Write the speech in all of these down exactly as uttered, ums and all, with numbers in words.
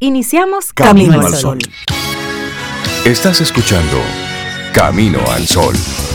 Iniciamos Camino, Camino al al Sol. Sol. Estás escuchando Camino al Sol.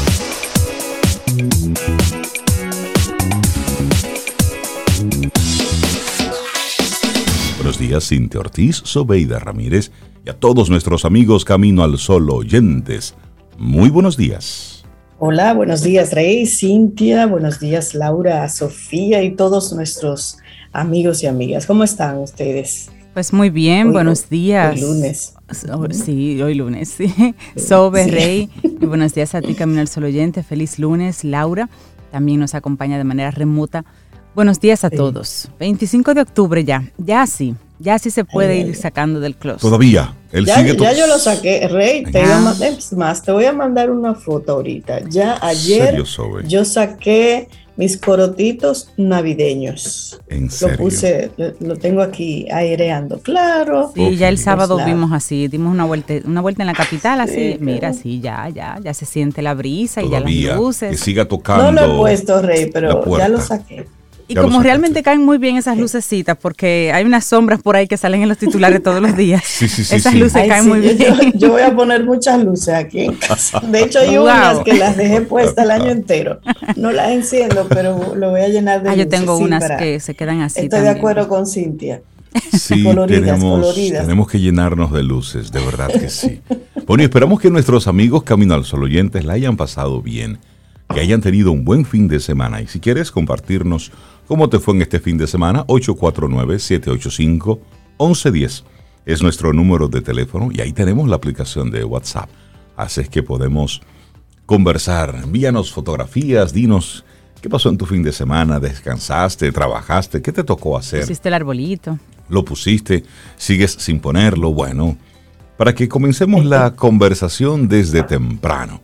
Buenos días, Cintia Ortiz, Sobeida Ramírez y a todos nuestros amigos Camino al Sol oyentes. Muy buenos días. Hola, buenos días Rey, Cintia, buenos días Laura, Sofía y todos nuestros amigos y amigas. ¿Cómo están ustedes? Pues muy bien, Hoy, buenos días. Hoy lunes. So, sí, hoy lunes, sí. Sobe, sí. Rey, y buenos días a ti, Camino al Sol oyente. Feliz lunes, Laura. También nos acompaña de manera remota. Buenos días a sí. todos. veinticinco de octubre ya, ya sí, ya sí se puede ay, ir ay, sacando del closet. Todavía, él ya, sigue. Ya to- yo lo saqué, Rey, te iba a mandar, es más, te voy a mandar una foto ahorita. Ya ayer serio, yo saqué mis corotitos navideños. ¿En serio? Lo puse, lo, lo tengo aquí aireando, claro. Sí, okay. Ya el sábado claro. vimos así, dimos una vuelta, una vuelta en la capital así, sí, mira, claro. sí, ya, ya, ya se siente la brisa todavía, y ya las luces. Que siga tocando. No lo he puesto, Rey, pero ya lo saqué. Y ya como realmente caen muy bien esas lucecitas, porque hay unas sombras por ahí que salen en los titulares todos los días. Sí, sí, sí. Esas sí. luces Ay, caen sí, muy bien. Yo, yo voy a poner muchas luces aquí en casa. De hecho, hay wow. unas que las dejé puestas el año entero. No las enciendo, pero lo voy a llenar de ah, luces. Yo tengo sí, unas que se quedan así. Estoy también. de acuerdo con Cintia. Sí, coloridas, tenemos, coloridas. tenemos que llenarnos de luces, de verdad que sí. Bueno, y esperamos que nuestros amigos Camino al Sol oyentes la hayan pasado bien, que hayan tenido un buen fin de semana. Y si quieres compartirnos cómo te fue en este fin de semana, ocho cuatro nueve, siete ocho cinco, once diez es nuestro número de teléfono y ahí tenemos la aplicación de WhatsApp. Así es que podemos conversar. Envíanos fotografías, dinos qué pasó en tu fin de semana, descansaste, trabajaste, qué te tocó hacer. Pusiste el arbolito. Lo pusiste, sigues sin ponerlo, bueno, para que comencemos la conversación desde temprano.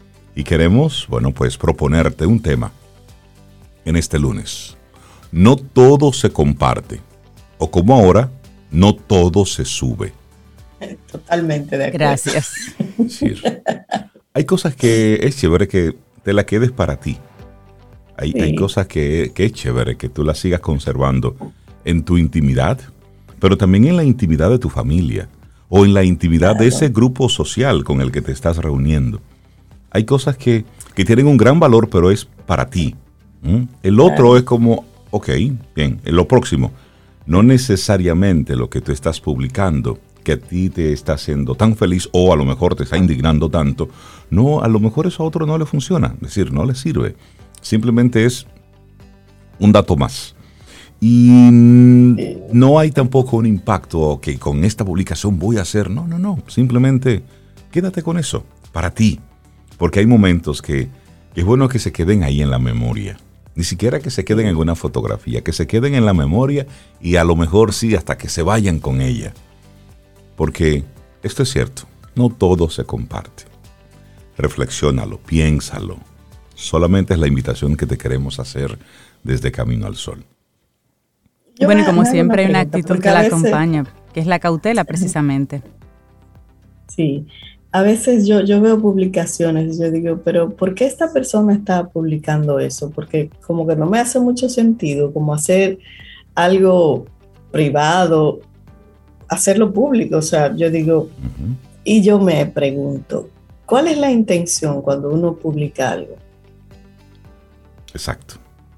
Y queremos, bueno, pues proponerte un tema en este lunes. No todo se comparte, o como ahora, no todo se sube. Totalmente de acuerdo. Gracias. Sí. Hay cosas que es chévere que te la quedes para ti. Hay, sí. hay cosas que, que es chévere que tú las sigas conservando en tu intimidad, pero también en la intimidad de tu familia o en la intimidad claro. de ese grupo social con el que te estás reuniendo. Hay cosas que, que tienen un gran valor, pero es para ti. ¿Mm? El otro claro. es como, ok, bien, en lo próximo. No necesariamente lo que tú estás publicando, que a ti te está haciendo tan feliz o a lo mejor te está indignando tanto, no, a lo mejor eso a otro no le funciona, es decir, no le sirve. Simplemente es un dato más. Y no hay tampoco un impacto que con esta publicación voy a hacer. No, no, no. Simplemente quédate con eso, para ti. Porque hay momentos que, que es bueno que se queden ahí en la memoria. Ni siquiera que se queden en una fotografía, que se queden en la memoria y a lo mejor sí hasta que se vayan con ella. Porque esto es cierto, no todo se comparte. Reflexiónalo, piénsalo. Solamente es la invitación que te queremos hacer desde Camino al Sol. Yo bueno, y como siempre hay una actitud que la veces, acompaña, que es la cautela precisamente. Sí, a veces yo, yo veo publicaciones y yo digo, pero ¿por qué esta persona está publicando eso? Porque como que no me hace mucho sentido, como hacer algo privado, hacerlo público. O sea, yo digo, uh-huh. y yo me pregunto, ¿cuál es la intención cuando uno publica algo? Exacto.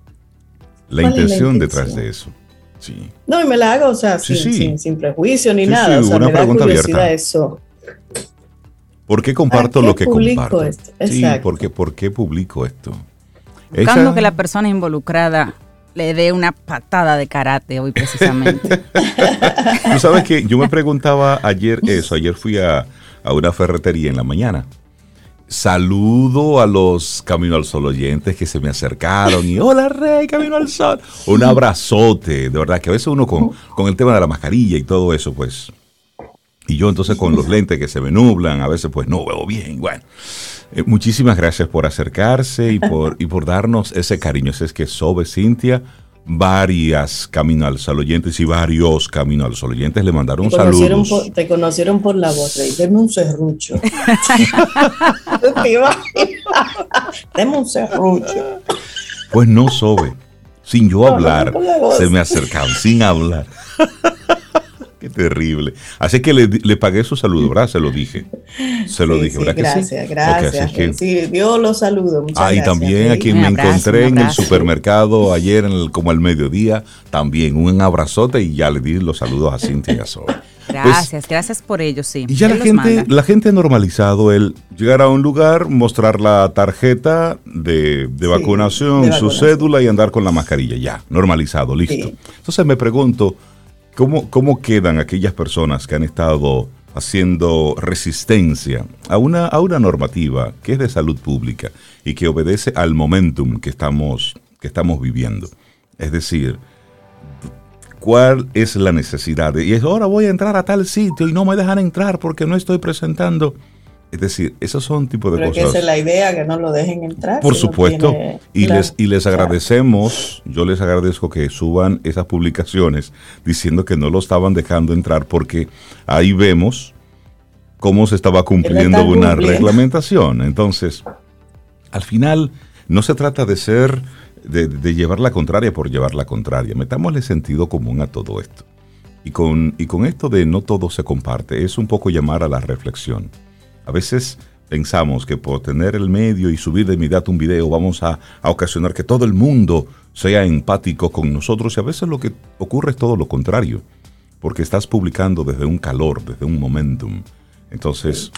La intención, la intención detrás de eso. Sí. No, y me la hago, o sea, sí, sin, sí. Sin, sin prejuicio ni sí, nada. Sí, o sea, una me pregunta da curiosidad abierta. Eso. ¿Por qué comparto qué lo que comparto? Esto? Sí, porque ¿por qué publico esto? Buscando Esa... que la persona involucrada le dé una patada de karate hoy precisamente. Tú sabes que yo me preguntaba ayer eso, ayer fui a, a una ferretería en la mañana. Saludo a los Camino al Sol oyentes que se me acercaron y hola Rey, Camino al Sol. Un abrazote, de verdad que a veces uno con, con el tema de la mascarilla y todo eso, pues, y yo entonces con los lentes que se me nublan, a veces pues no veo bien, bueno. Eh, muchísimas gracias por acercarse y por, y por darnos ese cariño. Ese es que Sobe, Cintia, varias Camino al Sol oyentes y varios Camino al Sol oyentes le mandaron saludos. Por, te conocieron por la voz, Rey. Deme un serrucho. Deme un serrucho. Pues no, Sobe. Sin yo hablar, no, no, se me acercaban, sin hablar. Terrible. Así que le, le pagué su saludo, ¿verdad? Se lo dije. Se lo Sí, dije, sí, ¿verdad gracias, que sí? gracias. Okay, que... Sí, Dios los saludo. Muchas ah, y gracias. también ¿Sí? a quien Un me abrazo, encontré un en el abrazo. supermercado ayer, en el, como al mediodía, también un abrazote y ya le di los saludos a Cintia y a Zoe. Gracias, Pues, gracias por ello, sí. y ya Él la los gente, manda. la gente ha normalizado el llegar a un lugar, mostrar la tarjeta de, de, Sí, vacunación, de su vacunación. cédula y andar con la mascarilla. Ya, normalizado, listo. Sí. Entonces me pregunto, ¿cómo, ¿cómo quedan aquellas personas que han estado haciendo resistencia a una, a una normativa que es de salud pública y que obedece al momentum que estamos, que estamos viviendo? Es decir, ¿cuál es la necesidad? Y es, ahora voy a entrar a tal sitio y no me dejan entrar porque no estoy presentando. Es decir, esos son tipos de Pero es que cosas. esa es la idea, que no lo dejen entrar. Por si no supuesto. tiene- Y Claro, les, y les claro. agradecemos, yo les agradezco que suban esas publicaciones diciendo que no lo estaban dejando entrar porque ahí vemos cómo se estaba cumpliendo están una cumpliendo. reglamentación. Entonces, al final, no se trata de ser, de, de llevar la contraria por llevar la contraria. Metámosle sentido común a todo esto. Y con, y con esto de no todo se comparte, es un poco llamar a la reflexión. A veces pensamos que por tener el medio y subir de inmediato un video vamos a, a ocasionar que todo el mundo sea empático con nosotros, y a veces lo que ocurre es todo lo contrario, porque estás publicando desde un calor, desde un momentum. Entonces,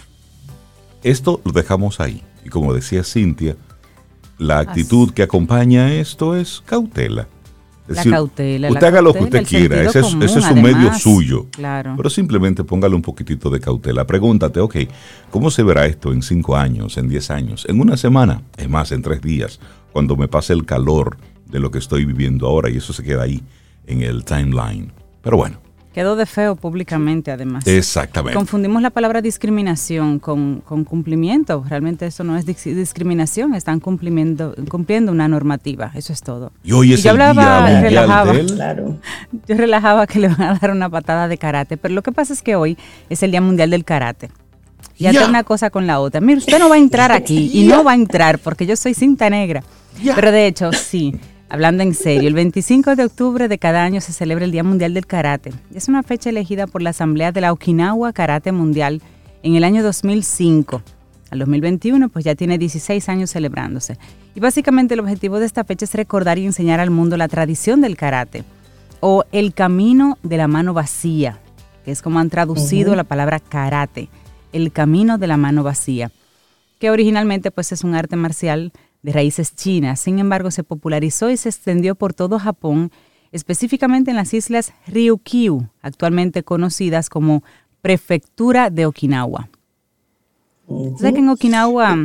esto lo dejamos ahí. Y como decía Cintia, la actitud que acompaña esto es cautela. Es La decir, cautela, la usted haga lo que cautela, usted el quiera, sentido ese es, común, ese es un además. medio suyo. Claro. Pero simplemente póngale un poquitito de cautela. Pregúntate, ok, ¿cómo se verá esto en cinco años, en diez años, en una semana? Es más, en tres días, cuando me pase el calor de lo que estoy viviendo ahora, y eso se queda ahí en el timeline. Pero bueno. Quedó de feo públicamente, además. Exactamente. Confundimos la palabra discriminación con, con cumplimiento. Realmente eso no es dis- discriminación, están cumpliendo, cumpliendo una normativa. Eso es todo. Y hoy es Y yo el hablaba día y mundial relajaba. del... Claro. Yo relajaba que le van a dar una patada de karate, pero lo que pasa es que hoy es el Día Mundial del Karate. Y hacer Ya. una cosa con la otra. Mira, usted no va a entrar aquí y no va a entrar porque yo soy cinta negra. Ya. Pero de hecho, sí, hablando en serio, el veinticinco de octubre de cada año se celebra el Día Mundial del Karate. Es una fecha elegida por la Asamblea de la Okinawa Karate Mundial en el año dos mil cinco. Al dos mil veintiuno, pues ya tiene dieciséis años celebrándose. Y básicamente el objetivo de esta fecha es recordar y enseñar al mundo la tradición del karate, o el camino de la mano vacía, que es como han traducido uh-huh. la palabra karate, el camino de la mano vacía, que originalmente pues es un arte marcial de raíces chinas. Sin embargo, se popularizó y se extendió por todo Japón, específicamente en las islas Ryukyu, actualmente conocidas como Prefectura de Okinawa. Uh-huh. ¿Sabes que en Okinawa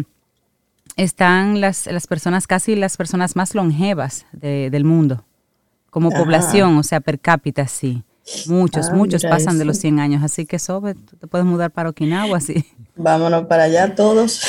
están las, las personas, casi las personas más longevas de, del mundo? Como Ajá. población, o sea, per cápita, sí. Muchos, ah, muchos pasan eso. de los cien años, así que Sobe, tú te puedes mudar para Okinawa, sí. Vámonos para allá todos.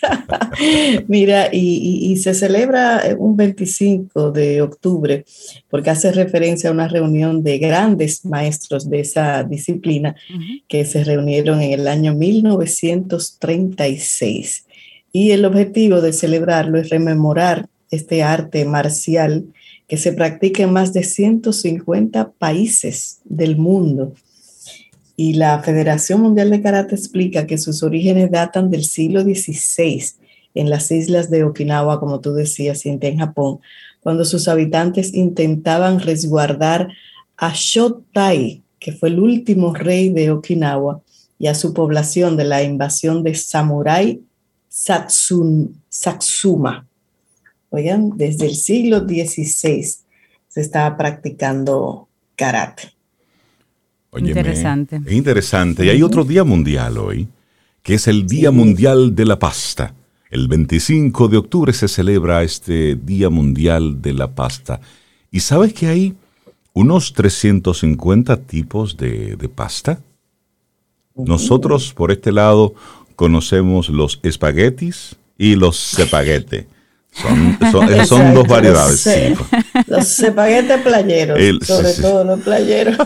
Mira, y, y, y se celebra un veinticinco de octubre porque hace referencia a una reunión de grandes maestros de esa disciplina uh-huh. que se reunieron en el año mil novecientos treinta y seis. Y el objetivo de celebrarlo es rememorar este arte marcial que se practica en más de ciento cincuenta países del mundo. Y la Federación Mundial de Karate explica que sus orígenes datan del siglo dieciséis en las islas de Okinawa, como tú decías, Cintia, en Japón, cuando sus habitantes intentaban resguardar a Shotai, que fue el último rey de Okinawa, y a su población de la invasión de Samurai Satsun, Satsuma. Oigan, desde el siglo dieciséis se estaba practicando karate. Óyeme, interesante. Es interesante. Y hay otro día mundial hoy, que es el Día sí. Mundial de la Pasta. El veinticinco de octubre se celebra este Día Mundial de la Pasta. ¿Y sabes que hay unos trescientos cincuenta tipos de, de pasta? Uh-huh. Nosotros, por este lado, conocemos los espaguetis y los cepaguete. Son, son, son dos variedades. Sí. Los espaguetes playeros, El, sobre sí, sí. todo los playeros.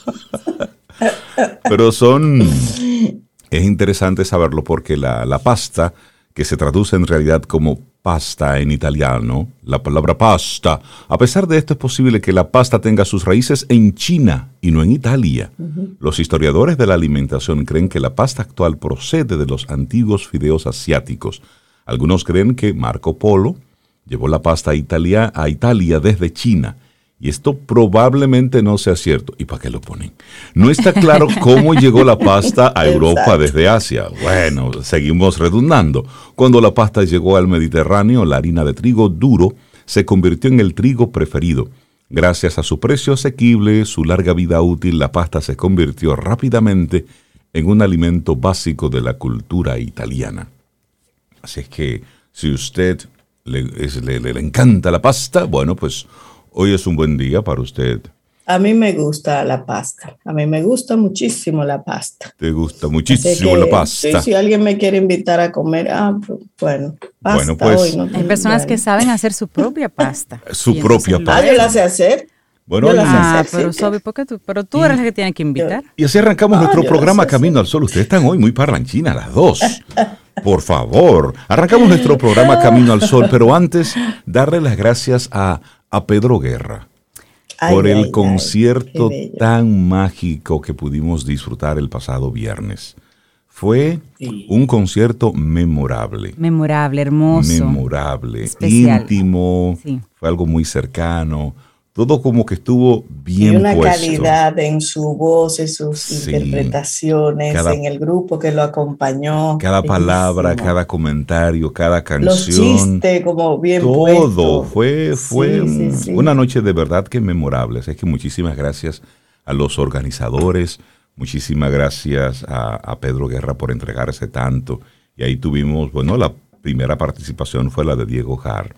Pero son, es interesante saberlo porque la, la pasta, que se traduce en realidad como pasta en italiano, la palabra pasta. A pesar de esto, es posible que la pasta tenga sus raíces en China y no en Italia. Uh-huh. Los historiadores de la alimentación creen que la pasta actual procede de los antiguos fideos asiáticos. Algunos creen que Marco Polo llevó la pasta a Italia, a Italia desde China. Y esto probablemente no sea cierto. ¿Y para qué lo ponen? No está claro cómo llegó la pasta a Europa Exacto. desde Asia. Bueno, seguimos redundando. Cuando la pasta llegó al Mediterráneo, la harina de trigo duro se convirtió en el trigo preferido. Gracias a su precio asequible, su larga vida útil, la pasta se convirtió rápidamente en un alimento básico de la cultura italiana. Así es que si usted le, es, le, le, le encanta la pasta, bueno, pues hoy es un buen día para usted. A mí me gusta la pasta. A mí me gusta muchísimo la pasta. ¿Te gusta muchísimo que, la pasta? Sí, si alguien me quiere invitar a comer, ah, bueno, pasta bueno, pues, hoy. No hay personas que saben hacer su propia pasta. Su propia pasta. Ah, yo la sé hacer. Bueno, yo la sé ah, hacer, pero sí. Sobe, ¿por qué tú? Pero tú eres la que tiene que invitar. Y así arrancamos ah, nuestro programa Camino hacer. al Sol. Ustedes están hoy muy parlanchinas las dos. Por favor, arrancamos nuestro programa Camino al Sol, pero antes, darle las gracias a, a Pedro Guerra. Ay, por el ay, concierto ay, tan mágico que pudimos disfrutar el pasado viernes. Fue sí. un concierto memorable. Memorable, hermoso. Memorable, especial. íntimo, sí. fue algo muy cercano. Todo como que estuvo bien y una puesto. calidad en su voz, en sus sí. interpretaciones, cada, en el grupo que lo acompañó. Cada bellísimo. Palabra, cada comentario, cada canción. Los chistes como bien todo. puestos. Todo. Fue, fue sí, sí, sí. una noche de verdad que memorable. Así que muchísimas gracias a los organizadores. Muchísimas gracias a, a Pedro Guerra por entregarse tanto. Y ahí tuvimos, bueno, la primera participación fue la de Diego Jar.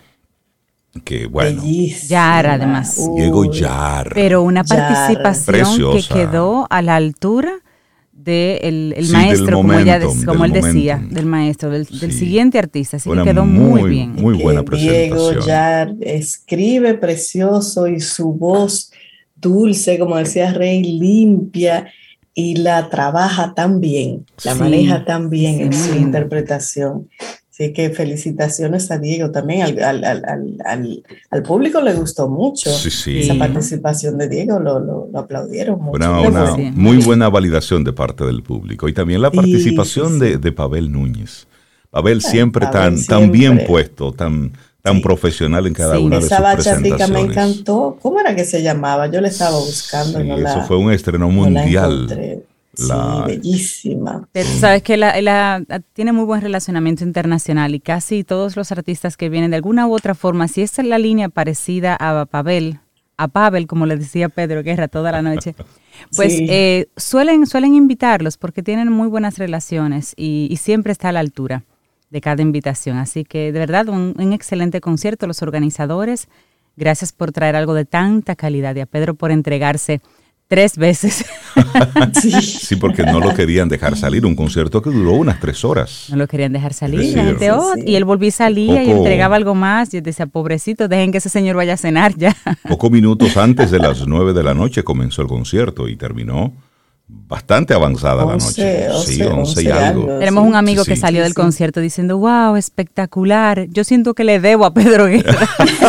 Que bueno, Yar además. Diego Yar. Pero una participación Yar. que quedó a la altura del de el sí, maestro, como, momentum, ella, como él decía, momentum. del maestro, del, sí. del siguiente artista. Así una que quedó muy, muy bien. Muy buena presentación. Diego Yar escribe precioso y su voz dulce, como decía Rey, limpia. Y la trabaja tan bien, la sí, maneja tan bien sí, en su lindo. interpretación. Así que felicitaciones a Diego también, al, al, al, al, al público le gustó mucho sí, sí. esa participación de Diego, lo, lo, lo aplaudieron mucho. Una, una sí. muy buena validación de parte del público y también la participación sí, sí, sí. De, de Pavel Núñez. Pavel siempre, Ay, Pavel tan, siempre. tan bien puesto, tan, tan sí. profesional en cada sí, una de sus presentaciones. Esa bachatica me encantó. ¿Cómo era que se llamaba? Yo le estaba buscando. Sí, no eso la, fue un estreno mundial. No La... Sí, bellísima. Pero sabes que la, la, tiene muy buen relacionamiento internacional y casi todos los artistas que vienen de alguna u otra forma, si esta es la línea parecida a Pavel, a Pavel, como le decía Pedro Guerra toda la noche, pues sí. eh, suelen, suelen invitarlos porque tienen muy buenas relaciones y, y siempre está a la altura de cada invitación. Así que de verdad un, un excelente concierto. Los organizadores, gracias por traer algo de tanta calidad y a Pedro por entregarse tres veces. sí. sí, porque no lo querían dejar salir. Un concierto que duró unas tres horas. No lo querían dejar salir. Es decir, la gente, oh, sí, sí. Y él volvía y salía poco, y entregaba algo más. Y yo decía, pobrecito, dejen que ese señor vaya a cenar ya. Pocos minutos antes de las nueve de la noche comenzó el concierto y terminó bastante avanzada once, la noche. once, sí, once, once y algo. algo. Tenemos un amigo sí, que salió sí, del sí. concierto diciendo, wow, espectacular. Yo siento que le debo a Pedro Guerra.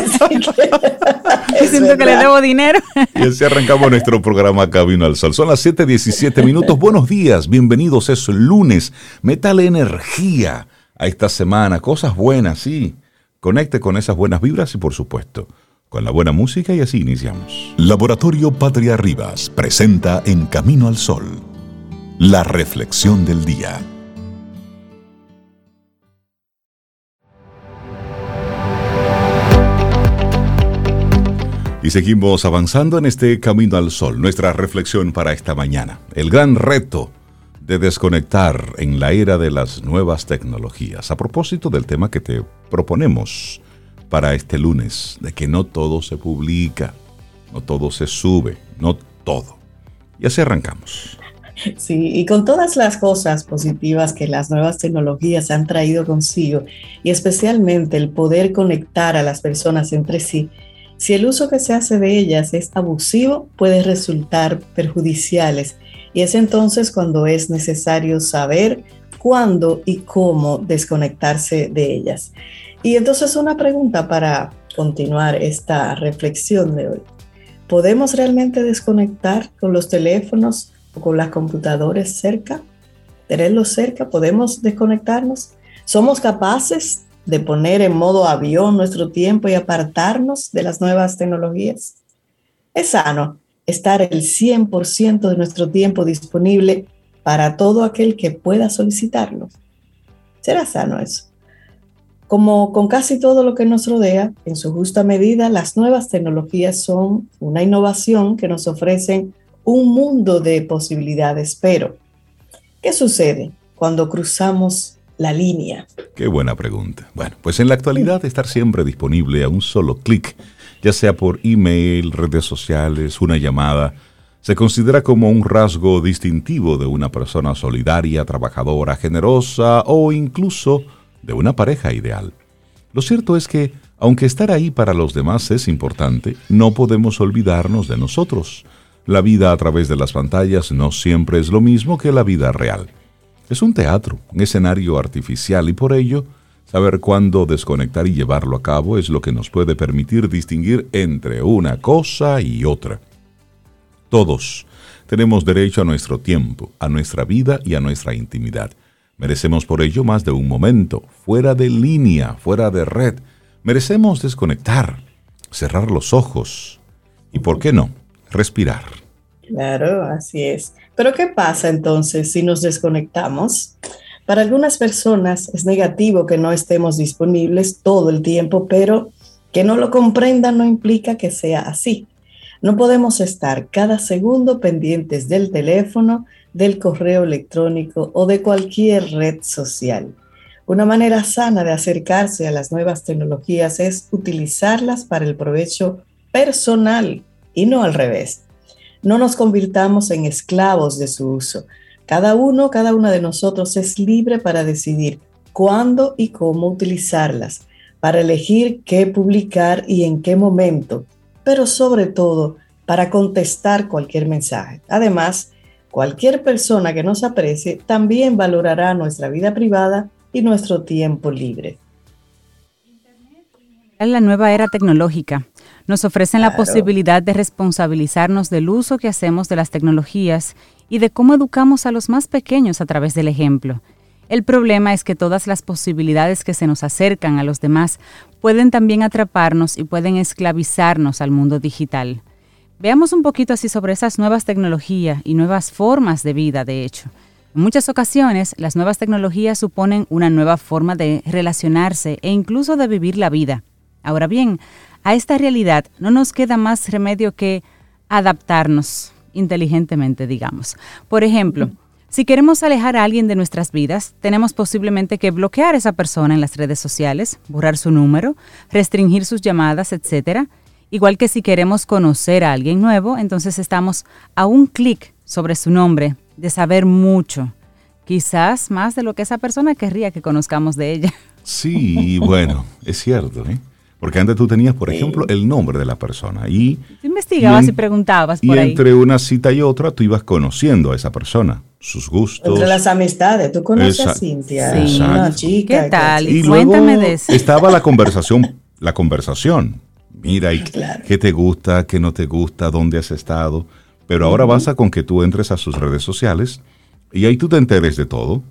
Yo siento verdad. que le debo dinero. Y así arrancamos nuestro programa Camino al Sol. Son las siete diecisiete minutos. Buenos días, bienvenidos. Es lunes. Métale energía a esta semana. Cosas buenas, sí. Conecte con esas buenas vibras y, por supuesto, con la buena música y así iniciamos. Laboratorio Patria Rivas presenta En Camino al Sol, la reflexión del día. Y seguimos avanzando en este Camino al Sol, nuestra reflexión para esta mañana. El gran reto de desconectar en la era de las nuevas tecnologías. A propósito del tema que te proponemos para este lunes, de que no todo se publica, no todo se sube, no todo. Y así arrancamos. Sí, y con todas las cosas positivas que las nuevas tecnologías han traído consigo, y especialmente el poder conectar a las personas entre sí, si el uso que se hace de ellas es abusivo, puede resultar perjudiciales. Y es entonces cuando es necesario saber cuándo y cómo desconectarse de ellas. Y entonces una pregunta para continuar esta reflexión de hoy. ¿Podemos realmente desconectar con los teléfonos o con las computadoras cerca? ¿Tenerlos cerca? ¿Podemos desconectarnos? ¿Somos capaces de poner en modo avión nuestro tiempo y apartarnos de las nuevas tecnologías? Es sano estar el cien por ciento de nuestro tiempo disponible para todo aquel que pueda solicitarlo. ¿Será sano eso? Como con casi todo lo que nos rodea, en su justa medida, las nuevas tecnologías son una innovación que nos ofrecen un mundo de posibilidades. Pero, ¿qué sucede cuando cruzamos la línea? Qué buena pregunta. Bueno, pues en la actualidad estar siempre disponible a un solo clic, ya sea por email, redes sociales, una llamada, se considera como un rasgo distintivo de una persona solidaria, trabajadora, generosa o incluso de una pareja ideal. Lo cierto es que, aunque estar ahí para los demás es importante, no podemos olvidarnos de nosotros. La vida a través de las pantallas no siempre es lo mismo que la vida real. Es un teatro, un escenario artificial y por ello, saber cuándo desconectar y llevarlo a cabo es lo que nos puede permitir distinguir entre una cosa y otra. Todos tenemos derecho a nuestro tiempo, a nuestra vida y a nuestra intimidad. Merecemos por ello más de un momento, fuera de línea, fuera de red. Merecemos desconectar, cerrar los ojos y, ¿por qué no?, respirar. Claro, así es. Pero ¿qué pasa entonces si nos desconectamos? Para algunas personas es negativo que no estemos disponibles todo el tiempo, pero que no lo comprendan no implica que sea así. No podemos estar cada segundo pendientes del teléfono, del correo electrónico o de cualquier red social. Una manera sana de acercarse a las nuevas tecnologías es utilizarlas para el provecho personal y no al revés. No nos convirtamos en esclavos de su uso. Cada uno, cada una de nosotros es libre para decidir cuándo y cómo utilizarlas, para elegir qué publicar y en qué momento, pero sobre todo para contestar cualquier mensaje. Además, cualquier persona que nos aprecie también valorará nuestra vida privada y nuestro tiempo libre. La nueva era tecnológica nos ofrecen Claro. la posibilidad de responsabilizarnos del uso que hacemos de las tecnologías y de cómo educamos a los más pequeños a través del ejemplo. El problema es que todas las posibilidades que se nos acercan a los demás pueden también atraparnos y pueden esclavizarnos al mundo digital. Veamos un poquito así sobre esas nuevas tecnologías y nuevas formas de vida, de hecho. En muchas ocasiones, las nuevas tecnologías suponen una nueva forma de relacionarse e incluso de vivir la vida. Ahora bien, a esta realidad no nos queda más remedio que adaptarnos inteligentemente, digamos. Por ejemplo, si queremos alejar a alguien de nuestras vidas, tenemos posiblemente que bloquear a esa persona en las redes sociales, borrar su número, restringir sus llamadas, etcétera. Igual que si queremos conocer a alguien nuevo, entonces estamos a un clic sobre su nombre de saber mucho, quizás más de lo que esa persona querría que conozcamos de ella. Sí, bueno, es cierto, ¿eh? Porque antes tú tenías, por ejemplo, el nombre de la persona y... Tú investigabas y, y, en, preguntabas y por ahí. Y entre una cita y otra tú ibas conociendo a esa persona, sus gustos. Entre las amistades, tú conoces Exacto. a Cintia, Sí. una chica. ¿Qué tal? Y Cuéntame luego de eso. estaba la conversación, la conversación. Mira, y Claro. qué te gusta, qué no te gusta, dónde has estado. Pero ahora Uh-huh. basta con que tú entres a sus redes sociales y ahí tú te enteres de todo.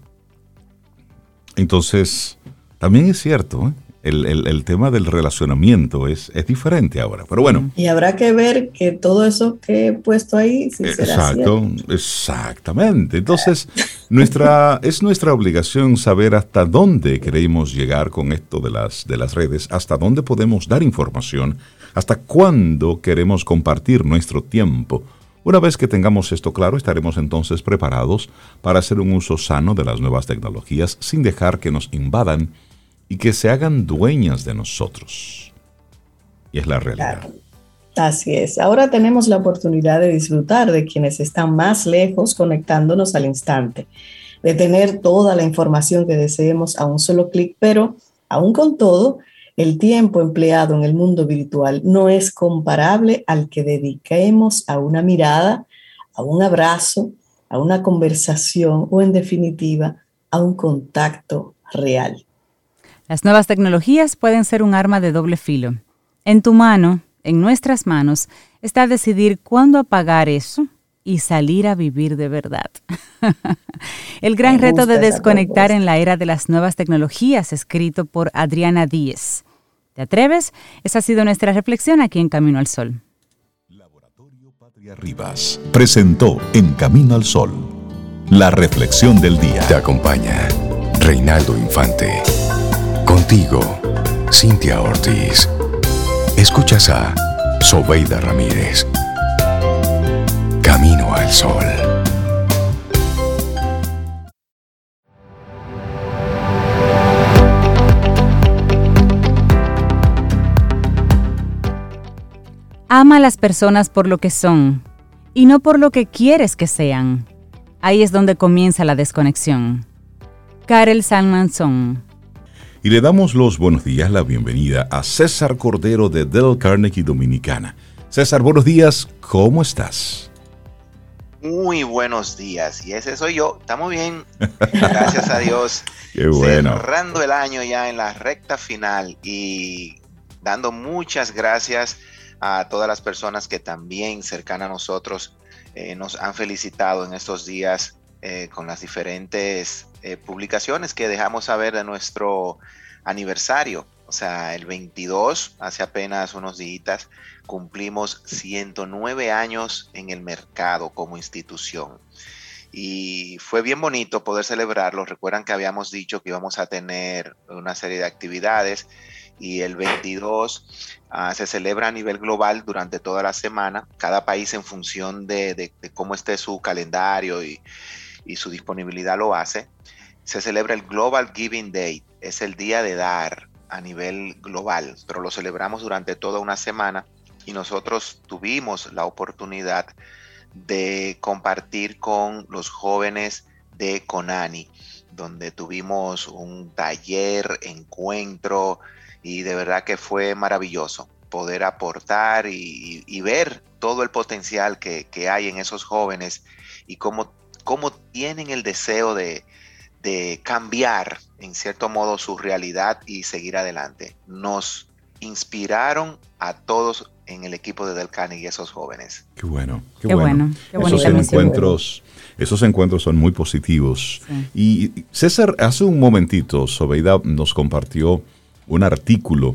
Entonces, también es cierto, ¿eh? el, el, el tema del relacionamiento es, es diferente ahora. Pero bueno. Y habrá que ver que todo eso que he puesto ahí, si será Exacto, cierto. Exactamente. Entonces, nuestra, es nuestra obligación saber hasta dónde queremos llegar con esto de las, de las redes, hasta dónde podemos dar información, hasta cuándo queremos compartir nuestro tiempo. Una vez que tengamos esto claro, estaremos entonces preparados para hacer un uso sano de las nuevas tecnologías sin dejar que nos invadan y que se hagan dueñas de nosotros. Y es la realidad. Claro. Así es. Ahora tenemos la oportunidad de disfrutar de quienes están más lejos conectándonos al instante, de tener toda la información que deseemos a un solo clic, pero aún con todo, el tiempo empleado en el mundo virtual no es comparable al que dediquemos a una mirada, a un abrazo, a una conversación o, en definitiva, a un contacto real. Las nuevas tecnologías pueden ser un arma de doble filo. En tu mano, en nuestras manos, está decidir cuándo apagar eso y salir a vivir de verdad. El gran reto de desconectar en la era de las nuevas tecnologías, escrito por Adriana Díez. ¿Te atreves? Esa ha sido nuestra reflexión aquí en Camino al Sol. Laboratorio Patria Rivas presentó En Camino al Sol, la reflexión del día. Te acompaña Reinaldo Infante. Contigo, Cintia Ortiz. Escuchas a Sobeida Ramírez. Camino al Sol. Ama a las personas por lo que son y no por lo que quieres que sean. Ahí es donde comienza la desconexión. Karel Salmanson. Y le damos los buenos días, la bienvenida a César Cordero de Dale Carnegie Dominicana. César, buenos días, ¿cómo estás? Muy buenos días, y ese soy yo, estamos bien, gracias a Dios. Qué bueno. Cerrando el año ya en la recta final y dando muchas gracias a todas las personas que también cercanas a nosotros eh, nos han felicitado en estos días eh, con las diferentes eh, publicaciones que dejamos saber de nuestro aniversario. O sea, el veintidós, hace apenas unos días, cumplimos ciento nueve años en el mercado como institución. Y fue bien bonito poder celebrarlo. Recuerdan que habíamos dicho que íbamos a tener una serie de actividades y el veintidós uh, se celebra a nivel global durante toda la semana. Cada país en función de, de, de cómo esté su calendario y, y su disponibilidad lo hace. Se celebra el Global Giving Day, es el día de dar a nivel global, pero lo celebramos durante toda una semana y nosotros tuvimos la oportunidad de compartir con los jóvenes de Conani, donde tuvimos un taller, encuentro, y de verdad que fue maravilloso poder aportar y, y ver todo el potencial que, que hay en esos jóvenes y cómo, cómo tienen el deseo de, de cambiar en cierto modo su realidad y seguir adelante. Nos inspiraron a todos en el equipo de Dale Carnegie, esos jóvenes. Qué bueno, qué, qué bueno. bueno. Qué esos encuentros, esos encuentros son muy positivos. Sí. Y César, hace un momentito, Sobeida nos compartió un artículo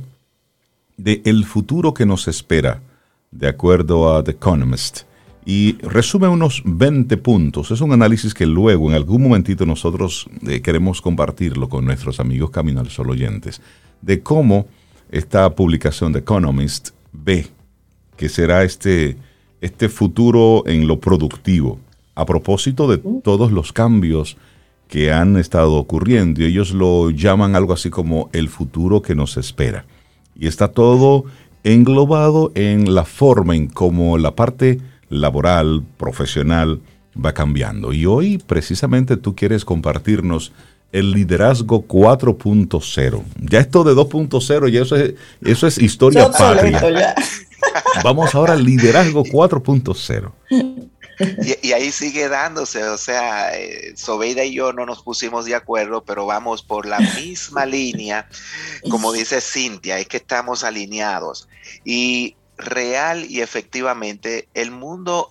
de el futuro que nos espera, de acuerdo a The Economist, y resume unos veinte puntos. Es un análisis que luego, en algún momentito, nosotros eh, queremos compartirlo con nuestros amigos Camino al Sol oyentes, de cómo esta publicación de Economist ve que será este, este futuro en lo productivo, a propósito de todos los cambios que han estado ocurriendo, y ellos lo llaman algo así como el futuro que nos espera. Y está todo englobado en la forma en cómo la parte laboral, profesional, va cambiando. Y hoy precisamente tú quieres compartirnos el liderazgo cuatro punto cero. Ya esto de dos punto cero, ya eso es, eso es historia patria. Vamos ahora al liderazgo cuatro punto cero. Y, y ahí sigue dándose, o sea, eh, Sobeida y yo no nos pusimos de acuerdo, pero vamos por la misma línea, como dice Cintia, es que estamos alineados. Y real y efectivamente, el mundo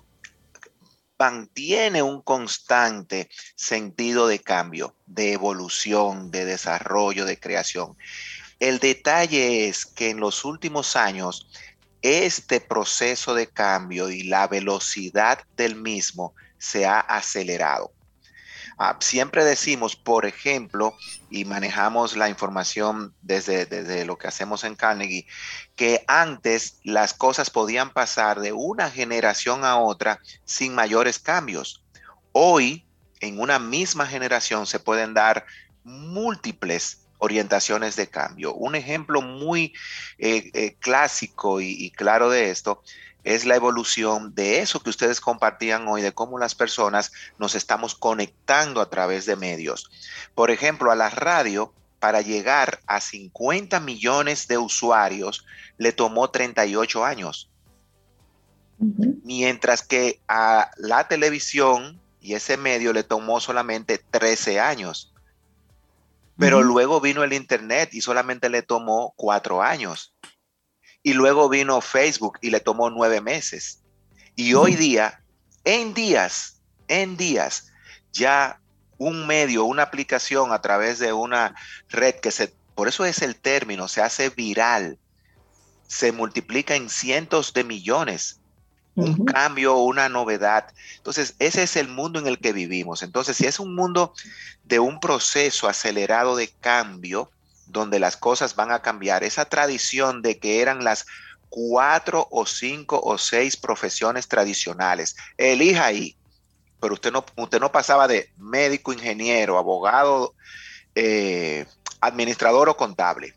mantiene un constante sentido de cambio, de evolución, de desarrollo, de creación. El detalle es que en los últimos años, este proceso de cambio y la velocidad del mismo se ha acelerado. Ah, siempre decimos, por ejemplo, y manejamos la información desde, desde lo que hacemos en Carnegie, que antes las cosas podían pasar de una generación a otra sin mayores cambios. Hoy, en una misma generación, se pueden dar múltiples orientaciones de cambio. Un ejemplo muy eh, eh, clásico y, y claro de esto es la evolución de eso que ustedes compartían hoy, de cómo las personas nos estamos conectando a través de medios. Por ejemplo, a la radio, para llegar a cincuenta millones de usuarios, le tomó treinta y ocho años. Uh-huh. Mientras que a la televisión y ese medio le tomó solamente trece años. Pero Ujú. luego vino el Internet y solamente le tomó cuatro años. Y luego vino Facebook y le tomó nueve meses. Y hoy día, en días, en días, ya un medio, una aplicación a través de una red que se, por eso es el término, se hace viral, se multiplica en cientos de millones. Un Ujú. cambio, una novedad. Entonces, ese es el mundo en el que vivimos. Entonces, si es un mundo de un proceso acelerado de cambio, donde las cosas van a cambiar, esa tradición de que eran las cuatro o cinco o seis profesiones tradicionales, elija ahí, pero usted no, usted no pasaba de médico, ingeniero, abogado, eh, administrador o contable,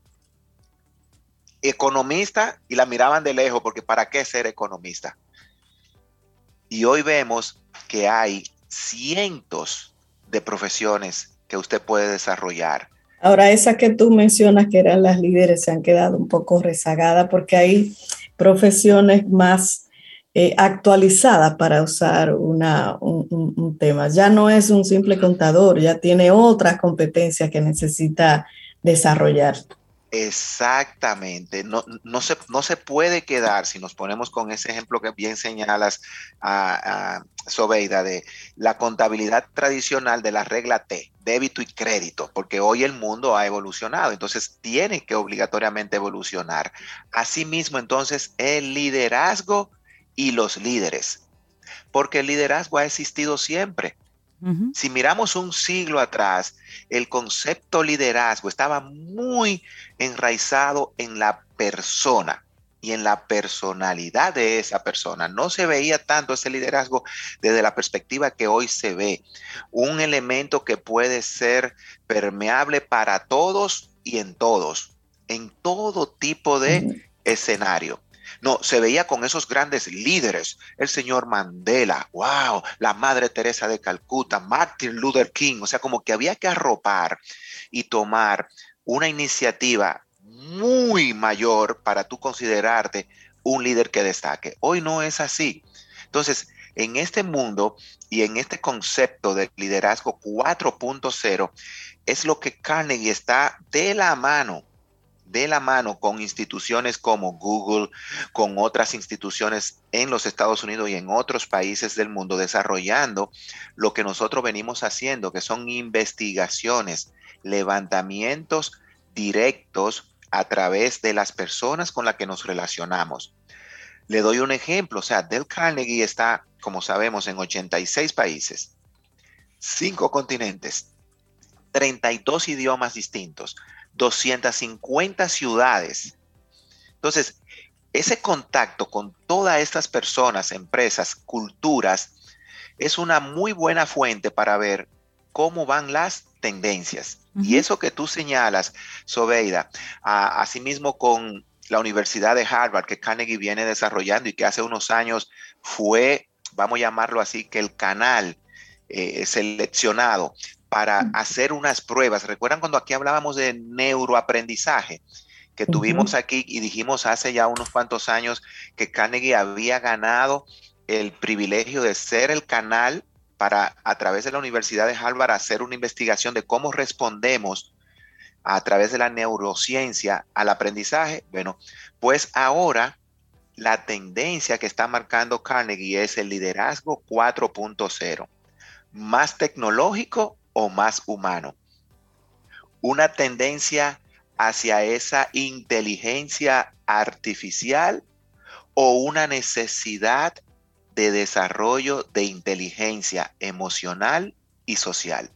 economista, y la miraban de lejos porque ¿para qué ser economista? Y hoy vemos que hay cientos de profesiones que usted puede desarrollar. Ahora, esas que tú mencionas que eran las líderes se han quedado un poco rezagadas porque hay profesiones más eh, actualizadas para usar una, un, un, un tema. Ya no es un simple contador, ya tiene otras competencias que necesita desarrollar. Exactamente, no, no, se, no se puede quedar, si nos ponemos con ese ejemplo que bien señalas, a, a Sobeida, de la contabilidad tradicional de la regla T, débito y crédito, porque hoy el mundo ha evolucionado, entonces tiene que obligatoriamente evolucionar. Asimismo, entonces, el liderazgo y los líderes, porque el liderazgo ha existido siempre. Ujú. Si miramos un siglo atrás, el concepto liderazgo estaba muy enraizado en la persona y en la personalidad de esa persona. No se veía tanto ese liderazgo desde la perspectiva que hoy se ve. Un elemento que puede ser permeable para todos y en todos, en todo tipo de escenario. No, se veía con esos grandes líderes, el señor Mandela, wow, la Madre Teresa de Calcuta, Martin Luther King, o sea, como que había que arropar y tomar una iniciativa muy mayor para tú considerarte un líder que destaque. Hoy no es así. Entonces, en este mundo y en este concepto de liderazgo cuatro punto cero, es lo que Carnegie está de la mano de la mano con instituciones como Google, con otras instituciones en los Estados Unidos y en otros países del mundo, desarrollando lo que nosotros venimos haciendo, que son investigaciones, levantamientos directos a través de las personas con las que nos relacionamos. Le doy un ejemplo, o sea, Dale Carnegie está, como sabemos, en ochenta y seis países, cinco continentes, treinta y dos idiomas distintos, doscientas cincuenta ciudades. Entonces, ese contacto con todas estas personas, empresas, culturas, es una muy buena fuente para ver cómo van las tendencias. Uh-huh. Y eso que tú señalas, Sobeida, a, asimismo con la Universidad de Harvard, que Carnegie viene desarrollando y que hace unos años fue, vamos a llamarlo así, que el canal eh, seleccionado para hacer unas pruebas. ¿Recuerdan cuando aquí hablábamos de neuroaprendizaje? Que tuvimos uh-huh. aquí y dijimos hace ya unos cuantos años que Carnegie había ganado el privilegio de ser el canal para, a través de la Universidad de Harvard, hacer una investigación de cómo respondemos a través de la neurociencia al aprendizaje. Bueno, pues ahora la tendencia que está marcando Carnegie es el liderazgo cuatro punto cero. Más tecnológico o más humano. Una tendencia hacia esa inteligencia artificial o una necesidad de desarrollo de inteligencia emocional y social.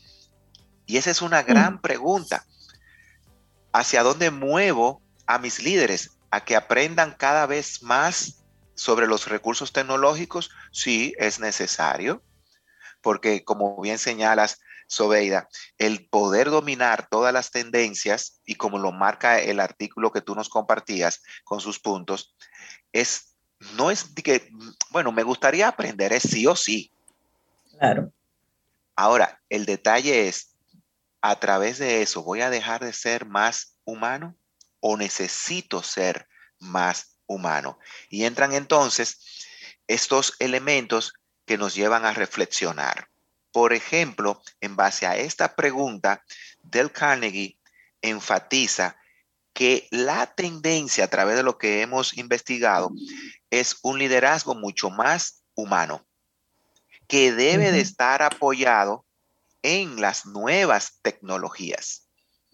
Y esa es una gran pregunta. ¿Hacia dónde muevo a mis líderes? ¿A que aprendan cada vez más sobre los recursos tecnológicos? Sí, es necesario. Porque como bien señalas, Sobeida, el poder dominar todas las tendencias, y como lo marca el artículo que tú nos compartías con sus puntos, es, no es que, bueno, me gustaría aprender, es sí o sí. Claro. Ahora, el detalle es, ¿a través de eso voy a dejar de ser más humano o necesito ser más humano? Y entran entonces estos elementos que nos llevan a reflexionar. Por ejemplo, en base a esta pregunta, Dale Carnegie enfatiza que la tendencia a través de lo que hemos investigado es un liderazgo mucho más humano, que debe uh-huh. de estar apoyado en las nuevas tecnologías.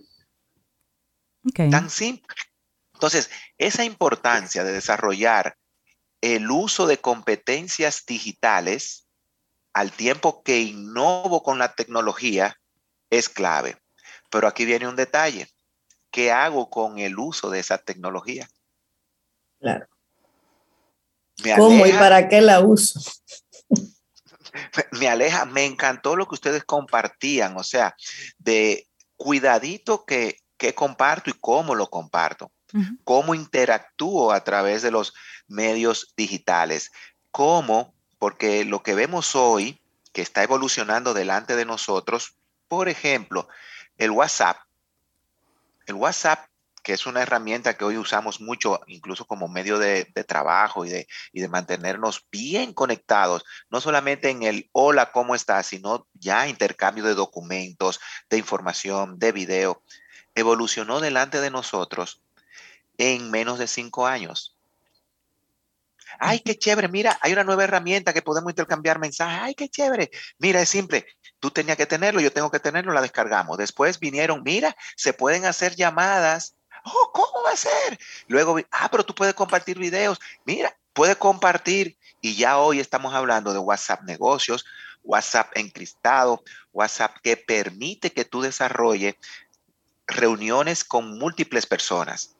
Okay. Tan simple. Entonces, esa importancia de desarrollar el uso de competencias digitales al tiempo que innovo con la tecnología es clave. Pero aquí viene un detalle. ¿Qué hago con el uso de esa tecnología? Claro. ¿Cómo y para qué la uso? Me, me aleja, me encantó lo que ustedes compartían, o sea, de cuidadito que, que comparto y cómo lo comparto, uh-huh. cómo interactúo a través de los medios digitales, cómo, porque lo que vemos hoy, que está evolucionando delante de nosotros, por ejemplo, el WhatsApp, el WhatsApp, que es una herramienta que hoy usamos mucho, incluso como medio de, de trabajo y de, y de mantenernos bien conectados, no solamente en el hola, ¿cómo estás?, sino ya intercambio de documentos, de información, de video, evolucionó delante de nosotros en menos de cinco años. ¡Ay, qué chévere! Mira, hay una nueva herramienta que podemos intercambiar mensajes. ¡Ay, qué chévere! Mira, es simple. Tú tenías que tenerlo, yo tengo que tenerlo, la descargamos. Después vinieron, mira, se pueden hacer llamadas. ¡Oh, cómo va a ser! Luego, ah, pero tú puedes compartir videos. Mira, puedes compartir. Y ya hoy estamos hablando de WhatsApp negocios, WhatsApp encriptado, WhatsApp que permite que tú desarrolles reuniones con múltiples personas.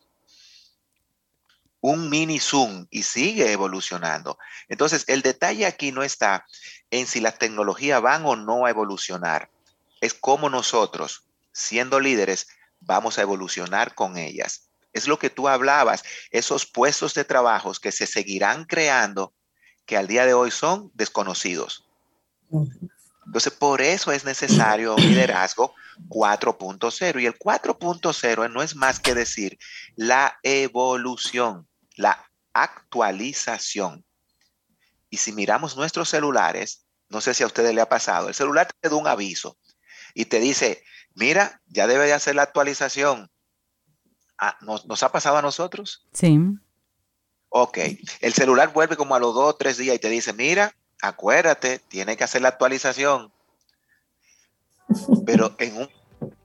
Un mini Zoom y sigue evolucionando. Entonces, el detalle aquí no está en si las tecnologías van o no a evolucionar. Es cómo nosotros, siendo líderes, vamos a evolucionar con ellas. Es lo que tú hablabas, esos puestos de trabajo que se seguirán creando, que al día de hoy son desconocidos. Entonces, por eso es necesario un liderazgo cuatro punto cero. Y el cuatro punto cero no es más que decir la evolución, la actualización. Y si miramos nuestros celulares, no sé si a ustedes les ha pasado, el celular te da un aviso y te dice, mira, ya debe de hacer la actualización. Ah, ¿nos, ¿Nos ha pasado a nosotros? Sí. Ok. El celular vuelve como a los dos o tres días y te dice, mira, acuérdate, tiene que hacer la actualización. Pero en un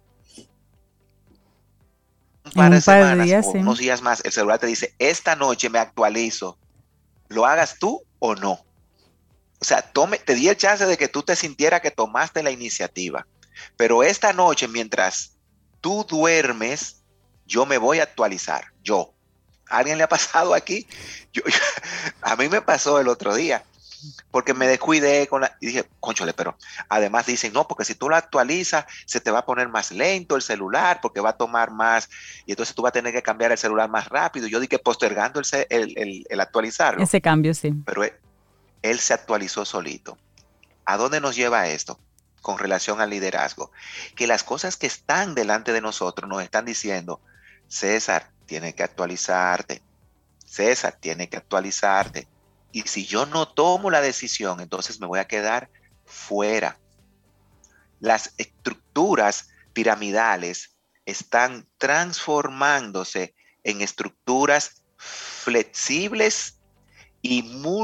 un par de semanas días, o sí. unos días más, el celular te dice, esta noche me actualizo, ¿lo hagas tú o no? O sea, tome, te di el chance de que tú te sintieras que tomaste la iniciativa, pero esta noche, mientras tú duermes, yo me voy a actualizar, yo. ¿A alguien le ha pasado aquí? Yo, yo, a mí me pasó el otro día, porque me descuidé con la, y dije, cónchole, pero además dicen, no, porque si tú lo actualizas, se te va a poner más lento el celular, porque va a tomar más, y entonces tú vas a tener que cambiar el celular más rápido. Yo dije, postergando el, el, el, el actualizarlo. Ese cambio, sí. Pero él, él se actualizó solito. ¿A dónde nos lleva esto con relación al liderazgo? Que las cosas que están delante de nosotros nos están diciendo, César, tienes que actualizarte. César, tiene que actualizarte. Y si yo no tomo la decisión, entonces me voy a quedar fuera. Las estructuras piramidales están transformándose en estructuras flexibles y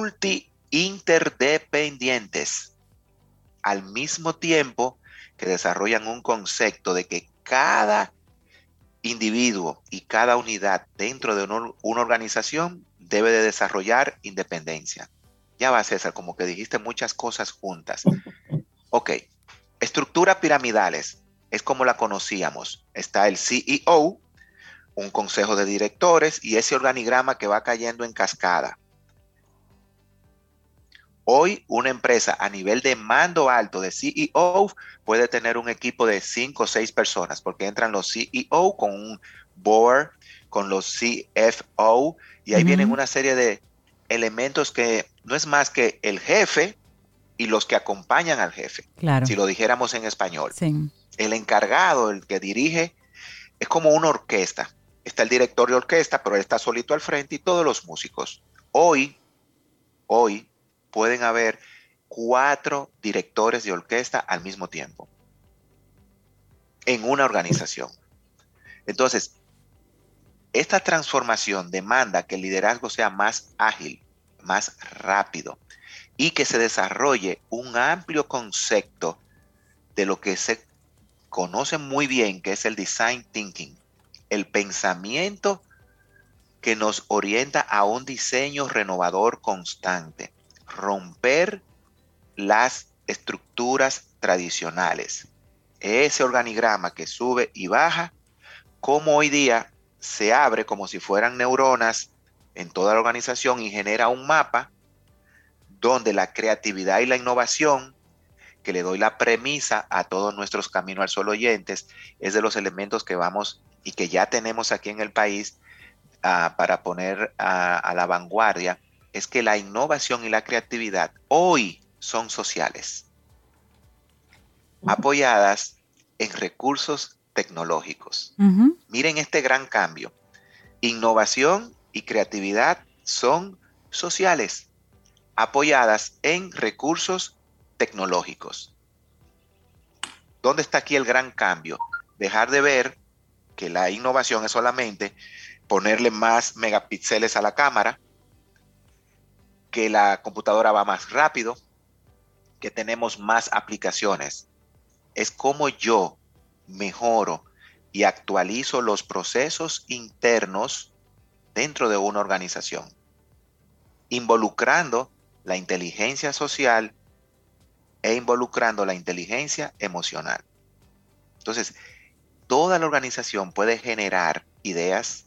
multi-interdependientes, al mismo tiempo que desarrollan un concepto de que cada individuo y cada unidad dentro de una, una organización debe de desarrollar independencia. Ya va, César, como que dijiste muchas cosas juntas. Ok, estructuras piramidales es como la conocíamos. Está el C E O, un consejo de directores y ese organigrama que va cayendo en cascada. Hoy una empresa a nivel de mando alto de C E O puede tener un equipo de cinco o seis personas porque entran los C E O con un board, con los C F O y ahí uh-huh. vienen una serie de elementos que no es más que el jefe y los que acompañan al jefe. Claro. Si lo dijéramos en español. Sí. El encargado, el que dirige, es como una orquesta. Está el director de orquesta, pero él está solito al frente y todos los músicos. Hoy, hoy, pueden haber cuatro directores de orquesta al mismo tiempo en una organización. Entonces, esta transformación demanda que el liderazgo sea más ágil, más rápido y que se desarrolle un amplio concepto de lo que se conoce muy bien, que es el design thinking, el pensamiento que nos orienta a un diseño renovador constante, romper las estructuras tradicionales. Ese organigrama que sube y baja, como hoy día se abre como si fueran neuronas en toda la organización y genera un mapa donde la creatividad y la innovación, que le doy la premisa a todos nuestros Camino al Sol oyentes, es de los elementos que vamos y que ya tenemos aquí en el país uh, para poner uh, a la vanguardia, es que la innovación y la creatividad hoy son sociales, apoyadas en recursos tecnológicos. Uh-huh. Miren este gran cambio. Innovación y creatividad son sociales, apoyadas en recursos tecnológicos. ¿Dónde está aquí el gran cambio? Dejar de ver que la innovación es solamente ponerle más megapíxeles a la cámara, que la computadora va más rápido, que tenemos más aplicaciones. Es como yo mejoro y actualizo los procesos internos dentro de una organización, involucrando la inteligencia social e involucrando la inteligencia emocional. Entonces, toda la organización puede generar ideas,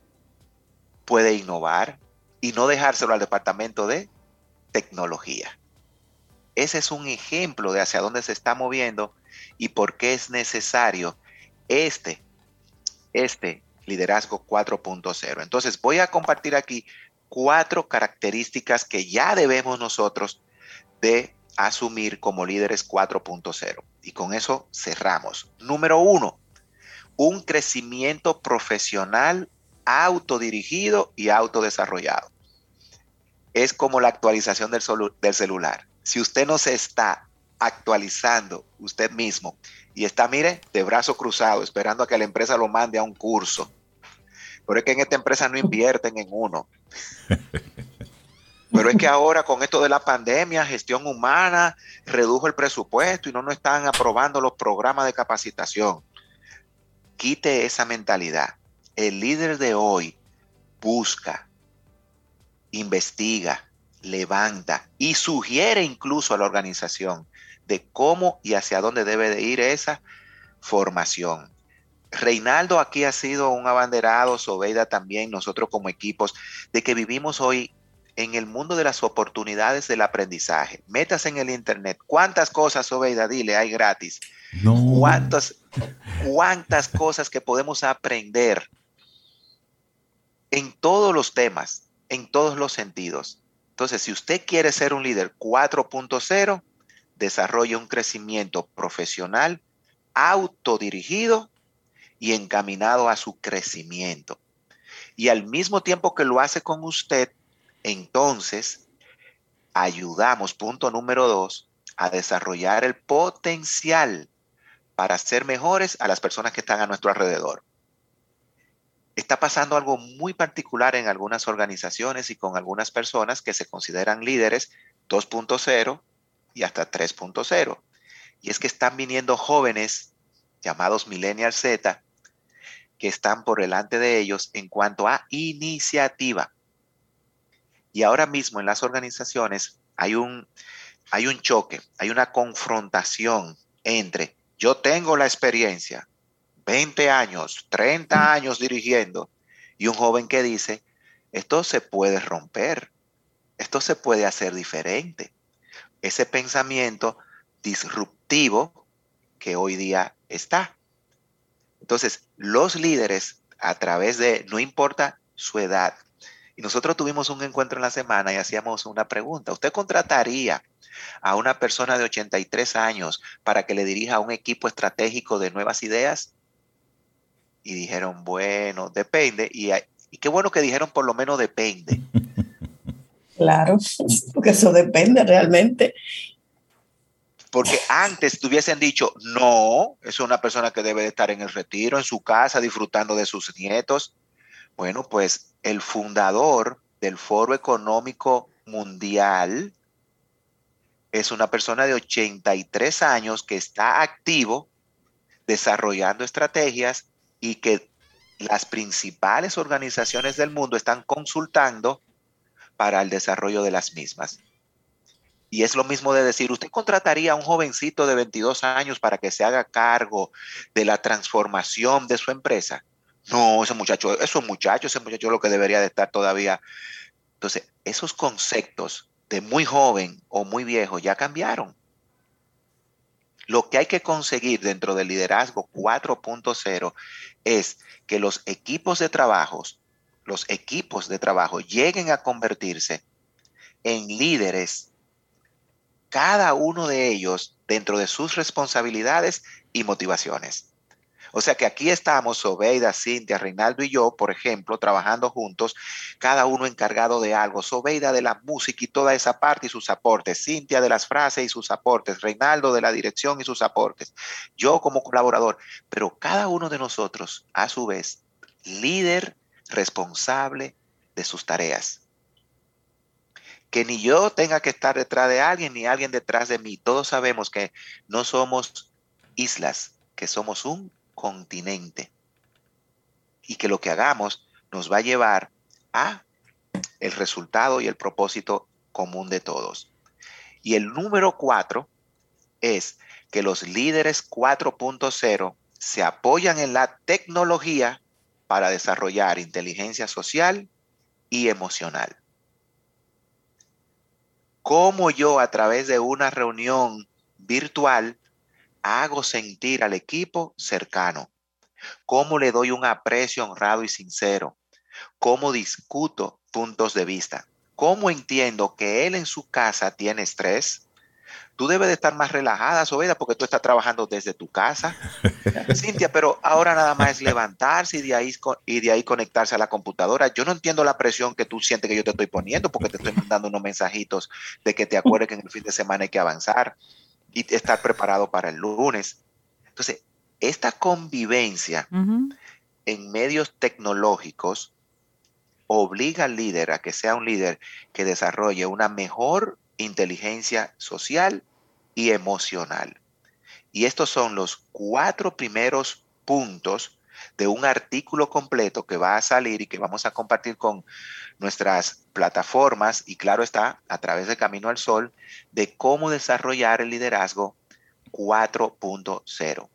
puede innovar y no dejárselo al departamento de tecnología. Ese es un ejemplo de hacia dónde se está moviendo y por qué es necesario este, este liderazgo cuatro punto cero. Entonces voy a compartir aquí cuatro características que ya debemos nosotros de asumir como líderes cuatro punto cero. Y con eso cerramos. Número uno, un crecimiento profesional autodirigido y autodesarrollado. Es como la actualización del, solu- del celular. Si usted no se está actualizando usted mismo y está, mire, de brazo cruzado, esperando a que la empresa lo mande a un curso, pero es que en esta empresa no invierten en uno. Pero es que ahora con esto de la pandemia, gestión humana, redujo el presupuesto y no nos están aprobando los programas de capacitación. Quite esa mentalidad. El líder de hoy busca, investiga, levanta y sugiere incluso a la organización de cómo y hacia dónde debe de ir esa formación. Reinaldo aquí ha sido un abanderado, Sobeida también, nosotros como equipos, de que vivimos hoy en el mundo de las oportunidades del aprendizaje. Métase en el internet. ¿Cuántas cosas, Sobeida, dile, hay gratis? No. ¿Cuántas, cuántas cosas que podemos aprender en todos los temas, en todos los sentidos? Entonces, si usted quiere ser un líder cuatro punto cero, desarrolle un crecimiento profesional autodirigido y encaminado a su crecimiento. Y al mismo tiempo que lo hace con usted, entonces ayudamos, punto número dos, a desarrollar el potencial para ser mejores a las personas que están a nuestro alrededor. Está pasando algo muy particular en algunas organizaciones y con algunas personas que se consideran líderes dos punto cero y hasta tres punto cero. Y es que están viniendo jóvenes llamados Millennial Z que están por delante de ellos en cuanto a iniciativa. Y ahora mismo en las organizaciones hay un, hay un choque, hay una confrontación entre yo tengo la experiencia, veinte años, treinta años dirigiendo, y un joven que dice, esto se puede romper, esto se puede hacer diferente. Ese pensamiento disruptivo que hoy día está. Entonces, los líderes, a través de, no importa su edad, y nosotros tuvimos un encuentro en la semana y hacíamos una pregunta. ¿Usted contrataría a una persona de ochenta y tres años para que le dirija un equipo estratégico de nuevas ideas? Y dijeron, bueno, depende. Y, y qué bueno que dijeron por lo menos depende. Claro, porque eso depende realmente. Porque antes te hubiesen dicho, no, es una persona que debe de estar en el retiro, en su casa, disfrutando de sus nietos. Bueno, pues el fundador del Foro Económico Mundial es una persona de ochenta y tres años que está activo desarrollando estrategias y que las principales organizaciones del mundo están consultando para el desarrollo de las mismas. Y es lo mismo de decir, ¿usted contrataría a un jovencito de veintidós años para que se haga cargo de la transformación de su empresa? No, ese muchacho, esos muchachos, ese muchacho es lo que debería de estar todavía. Entonces, esos conceptos de muy joven o muy viejo ya cambiaron. Lo que hay que conseguir dentro del liderazgo cuatro punto cero es que los equipos de trabajo, los equipos de trabajo lleguen a convertirse en líderes, cada uno de ellos dentro de sus responsabilidades y motivaciones. O sea que aquí estamos, Sobeida, Cintia, Reinaldo y yo, por ejemplo, trabajando juntos, cada uno encargado de algo. Sobeida de la música y toda esa parte y sus aportes. Cintia de las frases y sus aportes. Reinaldo de la dirección y sus aportes. Yo como colaborador. Pero cada uno de nosotros, a su vez, líder responsable de sus tareas. Que ni yo tenga que estar detrás de alguien, ni alguien detrás de mí. Todos sabemos que no somos islas, que somos un continente y que lo que hagamos nos va a llevar a el resultado y el propósito común de todos. Y el número cuatro es que los líderes cuatro punto cero se apoyan en la tecnología para desarrollar inteligencia social y emocional. ¿Cómo yo a través de una reunión virtual hago sentir al equipo cercano? ¿Cómo le doy un aprecio honrado y sincero? ¿Cómo discuto puntos de vista? ¿Cómo entiendo que él en su casa tiene estrés? Tú debes de estar más relajada, Sobeida, porque tú estás trabajando desde tu casa. Cintia, pero ahora nada más es levantarse y de, ahí, y de ahí conectarse a la computadora. Yo no entiendo la presión que tú sientes que yo te estoy poniendo porque te estoy mandando unos mensajitos de que te acuerdes que en el fin de semana hay que avanzar y estar preparado para el lunes. Entonces, esta convivencia uh-huh. en medios tecnológicos obliga al líder a que sea un líder que desarrolle una mejor inteligencia social y emocional. Y estos son los cuatro primeros puntos de un artículo completo que va a salir y que vamos a compartir con nuestras plataformas y claro está, a través de Camino al Sol, de cómo desarrollar el liderazgo cuatro punto cero.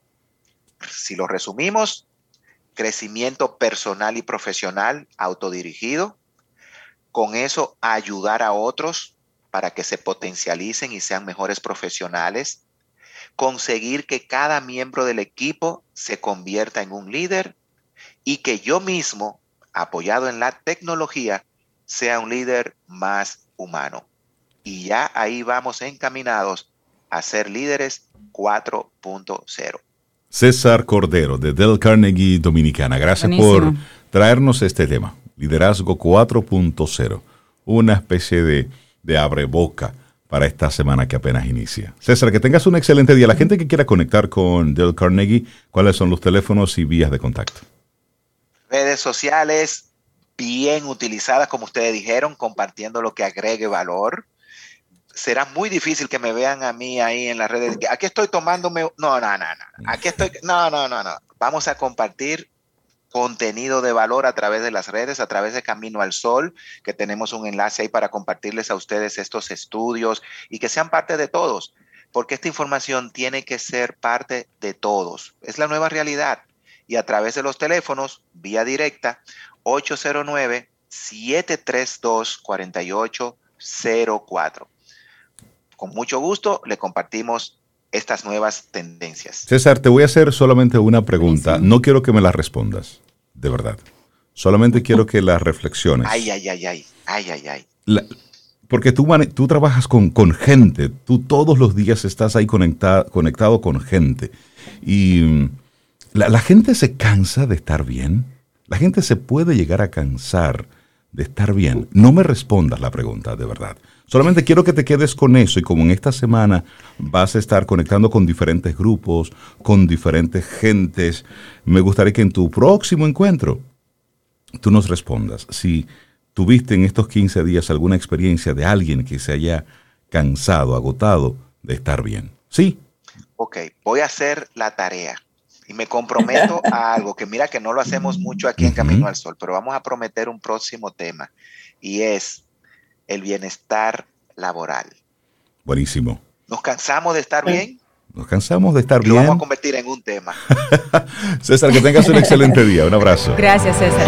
Si lo resumimos, crecimiento personal y profesional autodirigido, con eso ayudar a otros para que se potencialicen y sean mejores profesionales, conseguir que cada miembro del equipo se convierta en un líder y que yo mismo, apoyado en la tecnología, sea un líder más humano. Y ya ahí vamos encaminados a ser líderes cuatro punto cero. César Cordero, de Dale Carnegie Dominicana. Gracias Buenísimo. Por traernos este tema, liderazgo cuatro punto cero, una especie de, de abreboca para esta semana que apenas inicia. César, que tengas un excelente día. La gente que quiera conectar con Dale Carnegie, ¿cuáles son los teléfonos y vías de contacto? Redes sociales bien utilizadas, como ustedes dijeron, compartiendo lo que agregue valor. Será muy difícil que me vean a mí ahí en las redes. Aquí estoy tomándome... No, no, no, no. Aquí estoy... No, no, no, no. Vamos a compartir contenido de valor a través de las redes, a través de Camino al Sol, que tenemos un enlace ahí para compartirles a ustedes estos estudios y que sean parte de todos, porque esta información tiene que ser parte de todos. Es la nueva realidad. Y a través de los teléfonos, vía directa, ocho cero nueve, siete tres dos, cuatro ocho cero cuatro. Con mucho gusto le compartimos estas nuevas tendencias. César, te voy a hacer solamente una pregunta. Sí. No quiero que me la respondas, de verdad. Solamente quiero que la reflexiones. Ay, ay, ay, ay, ay, ay, ay. La, porque tú, tú trabajas con, con gente. Tú todos los días estás ahí conecta, conectado con gente. Y la, la gente se cansa de estar bien. La gente se puede llegar a cansar de estar bien? No me respondas la pregunta, de verdad. Solamente quiero que te quedes con eso y como en esta semana vas a estar conectando con diferentes grupos, con diferentes gentes, me gustaría que en tu próximo encuentro tú nos respondas si tuviste en estos quince días alguna experiencia de alguien que se haya cansado, agotado de estar bien. ¿Sí? Ok, voy a hacer la tarea y me comprometo a algo que mira que no lo hacemos mucho aquí en Camino al Sol, pero vamos a prometer un próximo tema y es el bienestar laboral. Buenísimo. ¿Nos cansamos de estar bien? Nos cansamos de estar y bien. Lo vamos a convertir en un tema. César, que tengas un excelente día. Un abrazo. Gracias, César.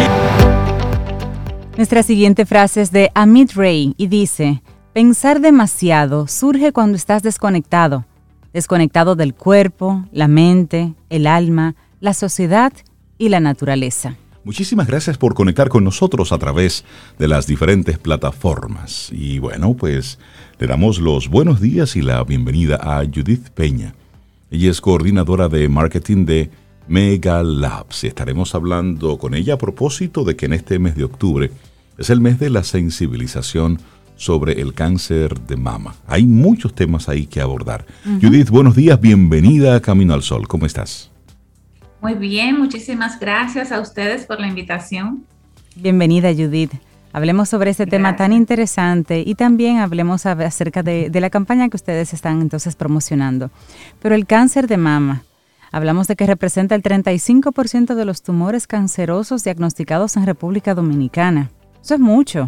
Nuestra siguiente frase es de Amit Ray y dice: pensar demasiado surge cuando estás desconectado. Desconectado del cuerpo, la mente, el alma, la sociedad y la naturaleza. Muchísimas gracias por conectar con nosotros a través de las diferentes plataformas. Y bueno, pues le damos los buenos días y la bienvenida a Judith Peña. Ella es coordinadora de marketing de Mega Labs. Estaremos hablando con ella a propósito de que en este mes de octubre es el mes de la sensibilización sobre el cáncer de mama. Hay muchos temas ahí que abordar. Uh-huh. Judith, buenos días, bienvenida a Camino al Sol. ¿Cómo estás? Muy bien, muchísimas gracias a ustedes por la invitación. Bienvenida, Judith. Hablemos sobre este gracias. tema tan interesante y también hablemos acerca de, de la campaña que ustedes están entonces promocionando. Pero el cáncer de mama, hablamos de que representa el treinta y cinco por ciento de los tumores cancerosos diagnosticados en República Dominicana. Eso es mucho.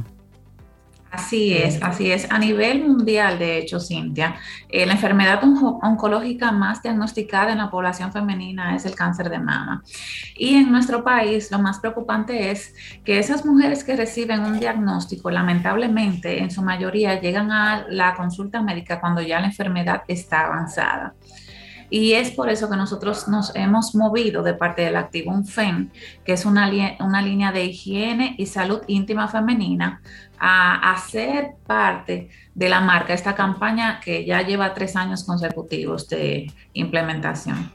Así es, así es. A nivel mundial, de hecho, Cintia, eh, la enfermedad on- oncológica más diagnosticada en la población femenina es el cáncer de mama. Y en nuestro país, lo más preocupante es que esas mujeres que reciben un diagnóstico, lamentablemente, en su mayoría llegan a la consulta médica cuando ya la enfermedad está avanzada. Y es por eso que nosotros nos hemos movido de parte del Activum F E M, que es una, li- una línea de higiene y salud íntima femenina, a hacer parte de la marca, esta campaña que ya lleva tres años consecutivos de implementación.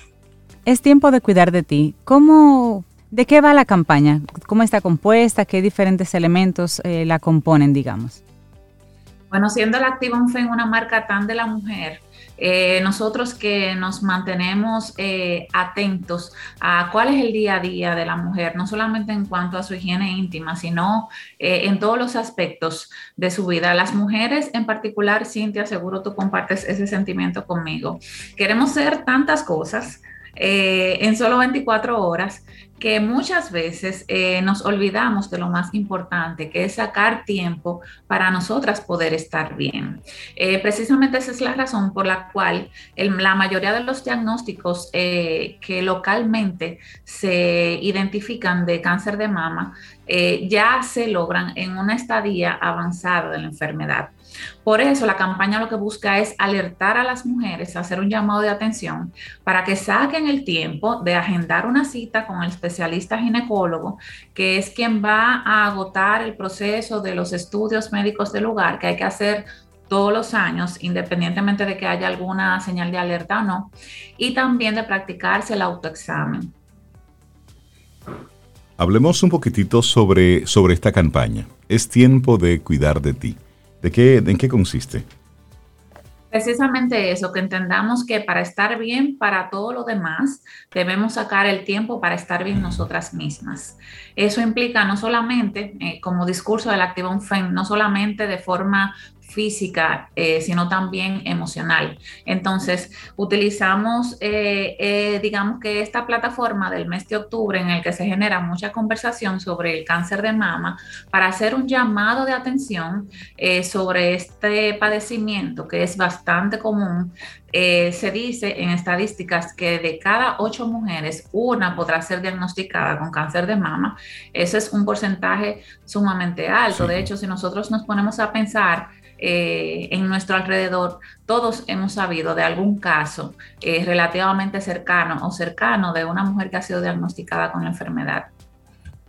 Es tiempo de cuidar de ti. ¿Cómo, de qué va la campaña? ¿Cómo está compuesta? ¿Qué diferentes elementos eh, la componen, digamos? Bueno, siendo el Activum F E M una marca tan de la mujer, Eh, nosotros que nos mantenemos eh, atentos a cuál es el día a día de la mujer, no solamente en cuanto a su higiene íntima, sino eh, en todos los aspectos de su vida. Las mujeres en particular, Cintia, seguro tú compartes ese sentimiento conmigo. Queremos ser tantas cosas eh, en solo veinticuatro horas que muchas veces eh, nos olvidamos de lo más importante, que es sacar tiempo para nosotras poder estar bien. Eh, precisamente esa es la razón por la cual el, la mayoría de los diagnósticos eh, que localmente se identifican de cáncer de mama eh, ya se logran en una estadía avanzada de la enfermedad. Por eso la campaña lo que busca es alertar a las mujeres, hacer un llamado de atención para que saquen el tiempo de agendar una cita con el especialista ginecólogo, que es quien va a agotar el proceso de los estudios médicos del lugar que hay que hacer todos los años, independientemente de que haya alguna señal de alerta o no, y también de practicarse el autoexamen. Hablemos un poquitito sobre, sobre esta campaña. Es tiempo de cuidar de ti. ¿De qué, ¿En qué consiste? Precisamente eso, que entendamos que para estar bien para todo lo demás, debemos sacar el tiempo para estar bien nosotras mismas. Eso implica no solamente, eh, como discurso del Activum F E M, no solamente de forma física, eh, sino también emocional. Entonces, utilizamos, eh, eh, digamos que esta plataforma del mes de octubre en el que se genera mucha conversación sobre el cáncer de mama para hacer un llamado de atención eh, sobre este padecimiento que es bastante común. Eh, se dice en estadísticas que de cada ocho mujeres, una podrá ser diagnosticada con cáncer de mama. Ese es un porcentaje sumamente alto. Sí. De hecho, si nosotros nos ponemos a pensar eh, en nuestro alrededor, todos hemos sabido de algún caso eh, relativamente cercano o cercano de una mujer que ha sido diagnosticada con la enfermedad.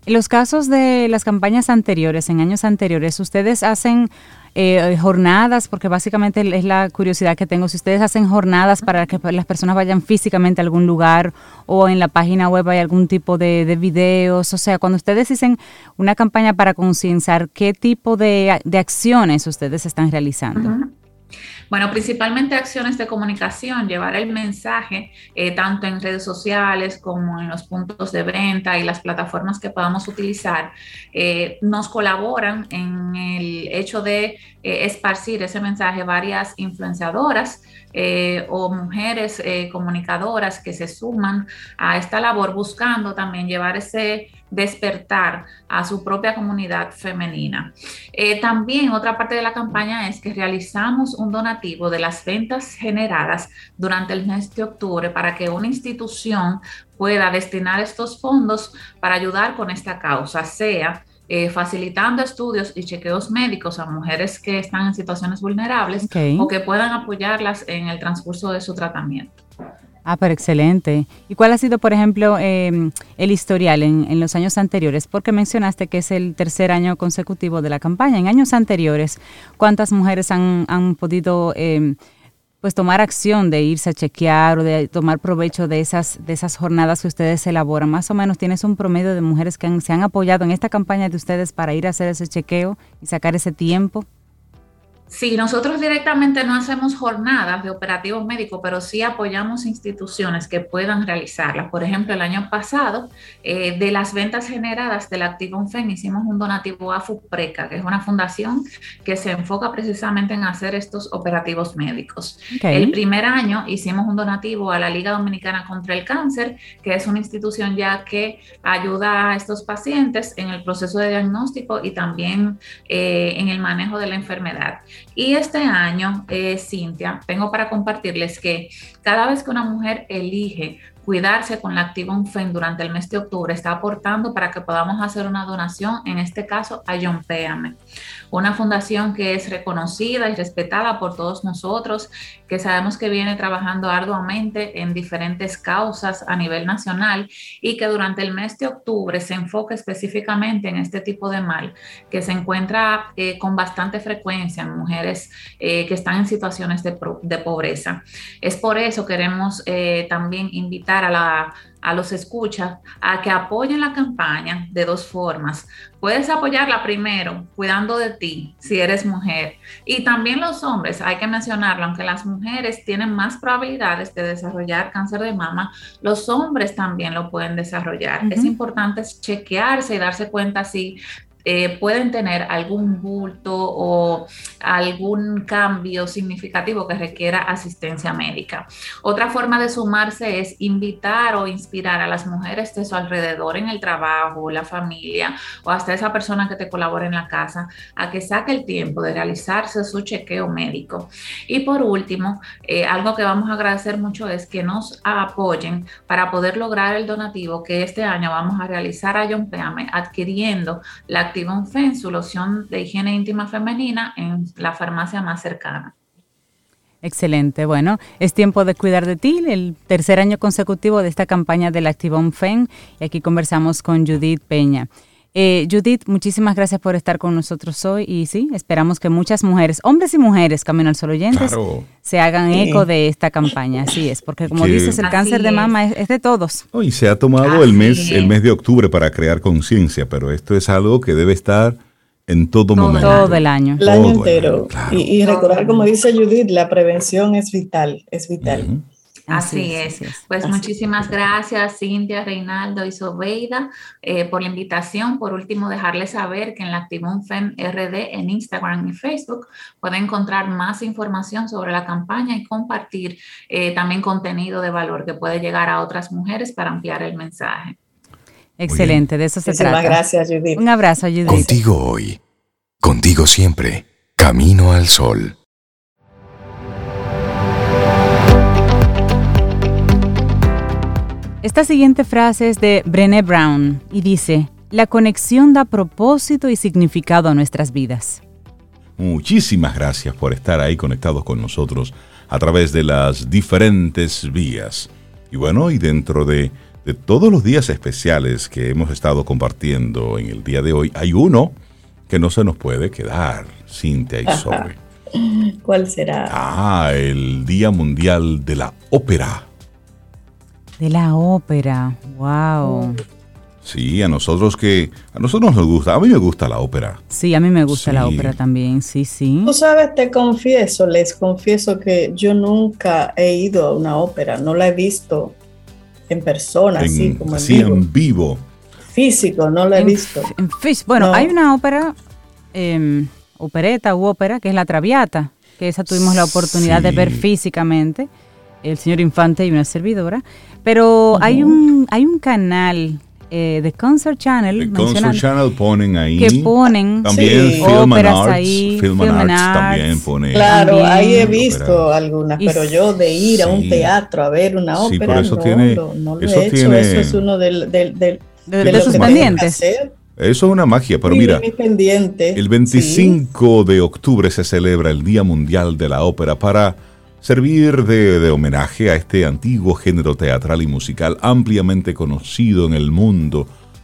En los casos de las campañas anteriores, en años anteriores, ¿ustedes hacen eh, jornadas? Porque básicamente es la curiosidad que tengo. Si ustedes hacen jornadas para que las personas vayan físicamente a algún lugar o en la página web hay algún tipo de, de videos. O sea, cuando ustedes dicen una campaña para concienciar, ¿qué tipo de, de acciones ustedes están realizando? Uh-huh. Bueno, principalmente acciones de comunicación, llevar el mensaje eh, tanto en redes sociales como en los puntos de venta y las plataformas que podamos utilizar, eh, nos colaboran en el hecho de eh, esparcir ese mensaje varias influenciadoras eh, o mujeres eh, comunicadoras que se suman a esta labor buscando también llevar ese despertar a su propia comunidad femenina. Eh, también otra parte de la campaña es que realizamos un donativo de las ventas generadas durante el mes de octubre para que una institución pueda destinar estos fondos para ayudar con esta causa, sea eh, facilitando estudios y chequeos médicos a mujeres que están en situaciones vulnerables, okay, o que puedan apoyarlas en el transcurso de su tratamiento. Ah, pero excelente. ¿Y cuál ha sido, por ejemplo, eh, el historial en, en los años anteriores? Porque mencionaste que es el tercer año consecutivo de la campaña. En años anteriores, ¿cuántas mujeres han, han podido eh, pues tomar acción de irse a chequear o de tomar provecho de esas, de esas jornadas que ustedes elaboran? Más o menos, ¿tienes un promedio de mujeres que han, se han apoyado en esta campaña de ustedes para ir a hacer ese chequeo y sacar ese tiempo? Sí, nosotros directamente no hacemos jornadas de operativos médicos, pero sí apoyamos instituciones que puedan realizarlas. Por ejemplo, el año pasado, eh, de las ventas generadas del ActivonFem, hicimos un donativo a FUPRECA, que es una fundación que se enfoca precisamente en hacer estos operativos médicos. Okay. El primer año hicimos un donativo a la Liga Dominicana contra el Cáncer, que es una institución ya que ayuda a estos pacientes en el proceso de diagnóstico y también eh, en el manejo de la enfermedad. Y este año, eh, Cintia, tengo para compartirles que cada vez que una mujer elige cuidarse con la ActivonFem durante el mes de octubre, está aportando para que podamos hacer una donación, en este caso a Ayómpéame, una fundación que es reconocida y respetada por todos nosotros, que sabemos que viene trabajando arduamente en diferentes causas a nivel nacional y que durante el mes de octubre se enfoca específicamente en este tipo de mal que se encuentra eh, con bastante frecuencia en mujeres eh, que están en situaciones de, de pobreza. Es por eso que queremos eh, también invitar a la a los escuchas a que apoyen la campaña de dos formas. Puedes apoyarla primero cuidando de ti si eres mujer, y también los hombres, hay que mencionarlo, aunque las mujeres tienen más probabilidades de desarrollar cáncer de mama, los hombres también lo pueden desarrollar. Uh-huh. Es importante chequearse y darse cuenta si Eh, pueden tener algún bulto o algún cambio significativo que requiera asistencia médica. Otra forma de sumarse es invitar o inspirar a las mujeres de su alrededor en el trabajo, la familia o hasta esa persona que te colabora en la casa a que saque el tiempo de realizarse su chequeo médico. Y por último, eh, algo que vamos a agradecer mucho es que nos apoyen para poder lograr el donativo que este año vamos a realizar a Ayómpéame adquiriendo la ActivonFem, su loción de higiene íntima femenina, en la farmacia más cercana. Excelente. Bueno, es tiempo de cuidar de ti, el tercer año consecutivo de esta campaña del ActivonFem, y aquí conversamos con Judith Peña. Eh, Judith, muchísimas gracias por estar con nosotros hoy, y sí, esperamos que muchas mujeres, hombres y mujeres, Camino al Sol oyentes, claro, se hagan sí. eco de esta campaña. Así es, porque como que, dices, el cáncer de mama es, es de todos. Oh, y se ha tomado el mes, el mes de octubre para crear conciencia, pero esto es algo que debe estar en todo, todo momento. Todo el año. El año entero. El año, claro. y, y recordar, como dice Judith, la prevención es vital, es vital. Uh-huh. Así, así, es. así es. Pues así muchísimas es. gracias, Cintia, Reinaldo y Sobeida, eh, por la invitación. Por último, dejarles saber que en la ActivonFem R D en Instagram y Facebook pueden encontrar más información sobre la campaña y compartir eh, también contenido de valor que puede llegar a otras mujeres para ampliar el mensaje. Excelente, de eso se Muchísimas trata. Gracias, Judith. Un abrazo, Judith. Contigo hoy, contigo siempre, Camino al Sol. Esta siguiente frase es de Brené Brown y dice: la conexión da propósito y significado a nuestras vidas. Muchísimas gracias por estar ahí conectados con nosotros a través de las diferentes vías. Y bueno, y dentro de, de todos los días especiales que hemos estado compartiendo en el día de hoy, hay uno que no se nos puede quedar, Cintia y Zoe. ¿Cuál será? Ah, el Día Mundial de la Ópera. De la ópera, wow. Sí, a nosotros que a nosotros nos gusta, a mí me gusta la ópera. Sí, a mí me gusta Sí. la ópera también, sí, sí. Tú sabes, te confieso, les confieso que yo nunca he ido a una ópera, no la he visto en persona, así En, como en así vivo. en vivo. Físico, no la he En visto. f- en fis- bueno, No. hay una ópera, eh, opereta u ópera, que es La Traviata, que esa tuvimos la oportunidad de Sí. ver físicamente, el señor Infante y una servidora, pero hay un hay un canal eh, de Concert Channel, El mencionan- Concert Channel ponen ahí. que ponen También Sí. Film and óperas Arts. ahí, Film and Film and Arts Arts. también pone. Claro, También. ahí he visto Ópera. algunas, Y pero yo de ir a un sí. teatro a ver una Sí, ópera, pero eso no, tiene- lo- no lo eso he hecho. tiene- Eso es uno del, del, del, de, de de lo sus que tengo que pendientes. hacer. Eso es una magia, pero Sí, mira, mi pendiente. el veinticinco de octubre se celebra el Día Mundial de la Ópera para servir de, de homenaje a este antiguo género teatral y musical ampliamente conocido en el mundo.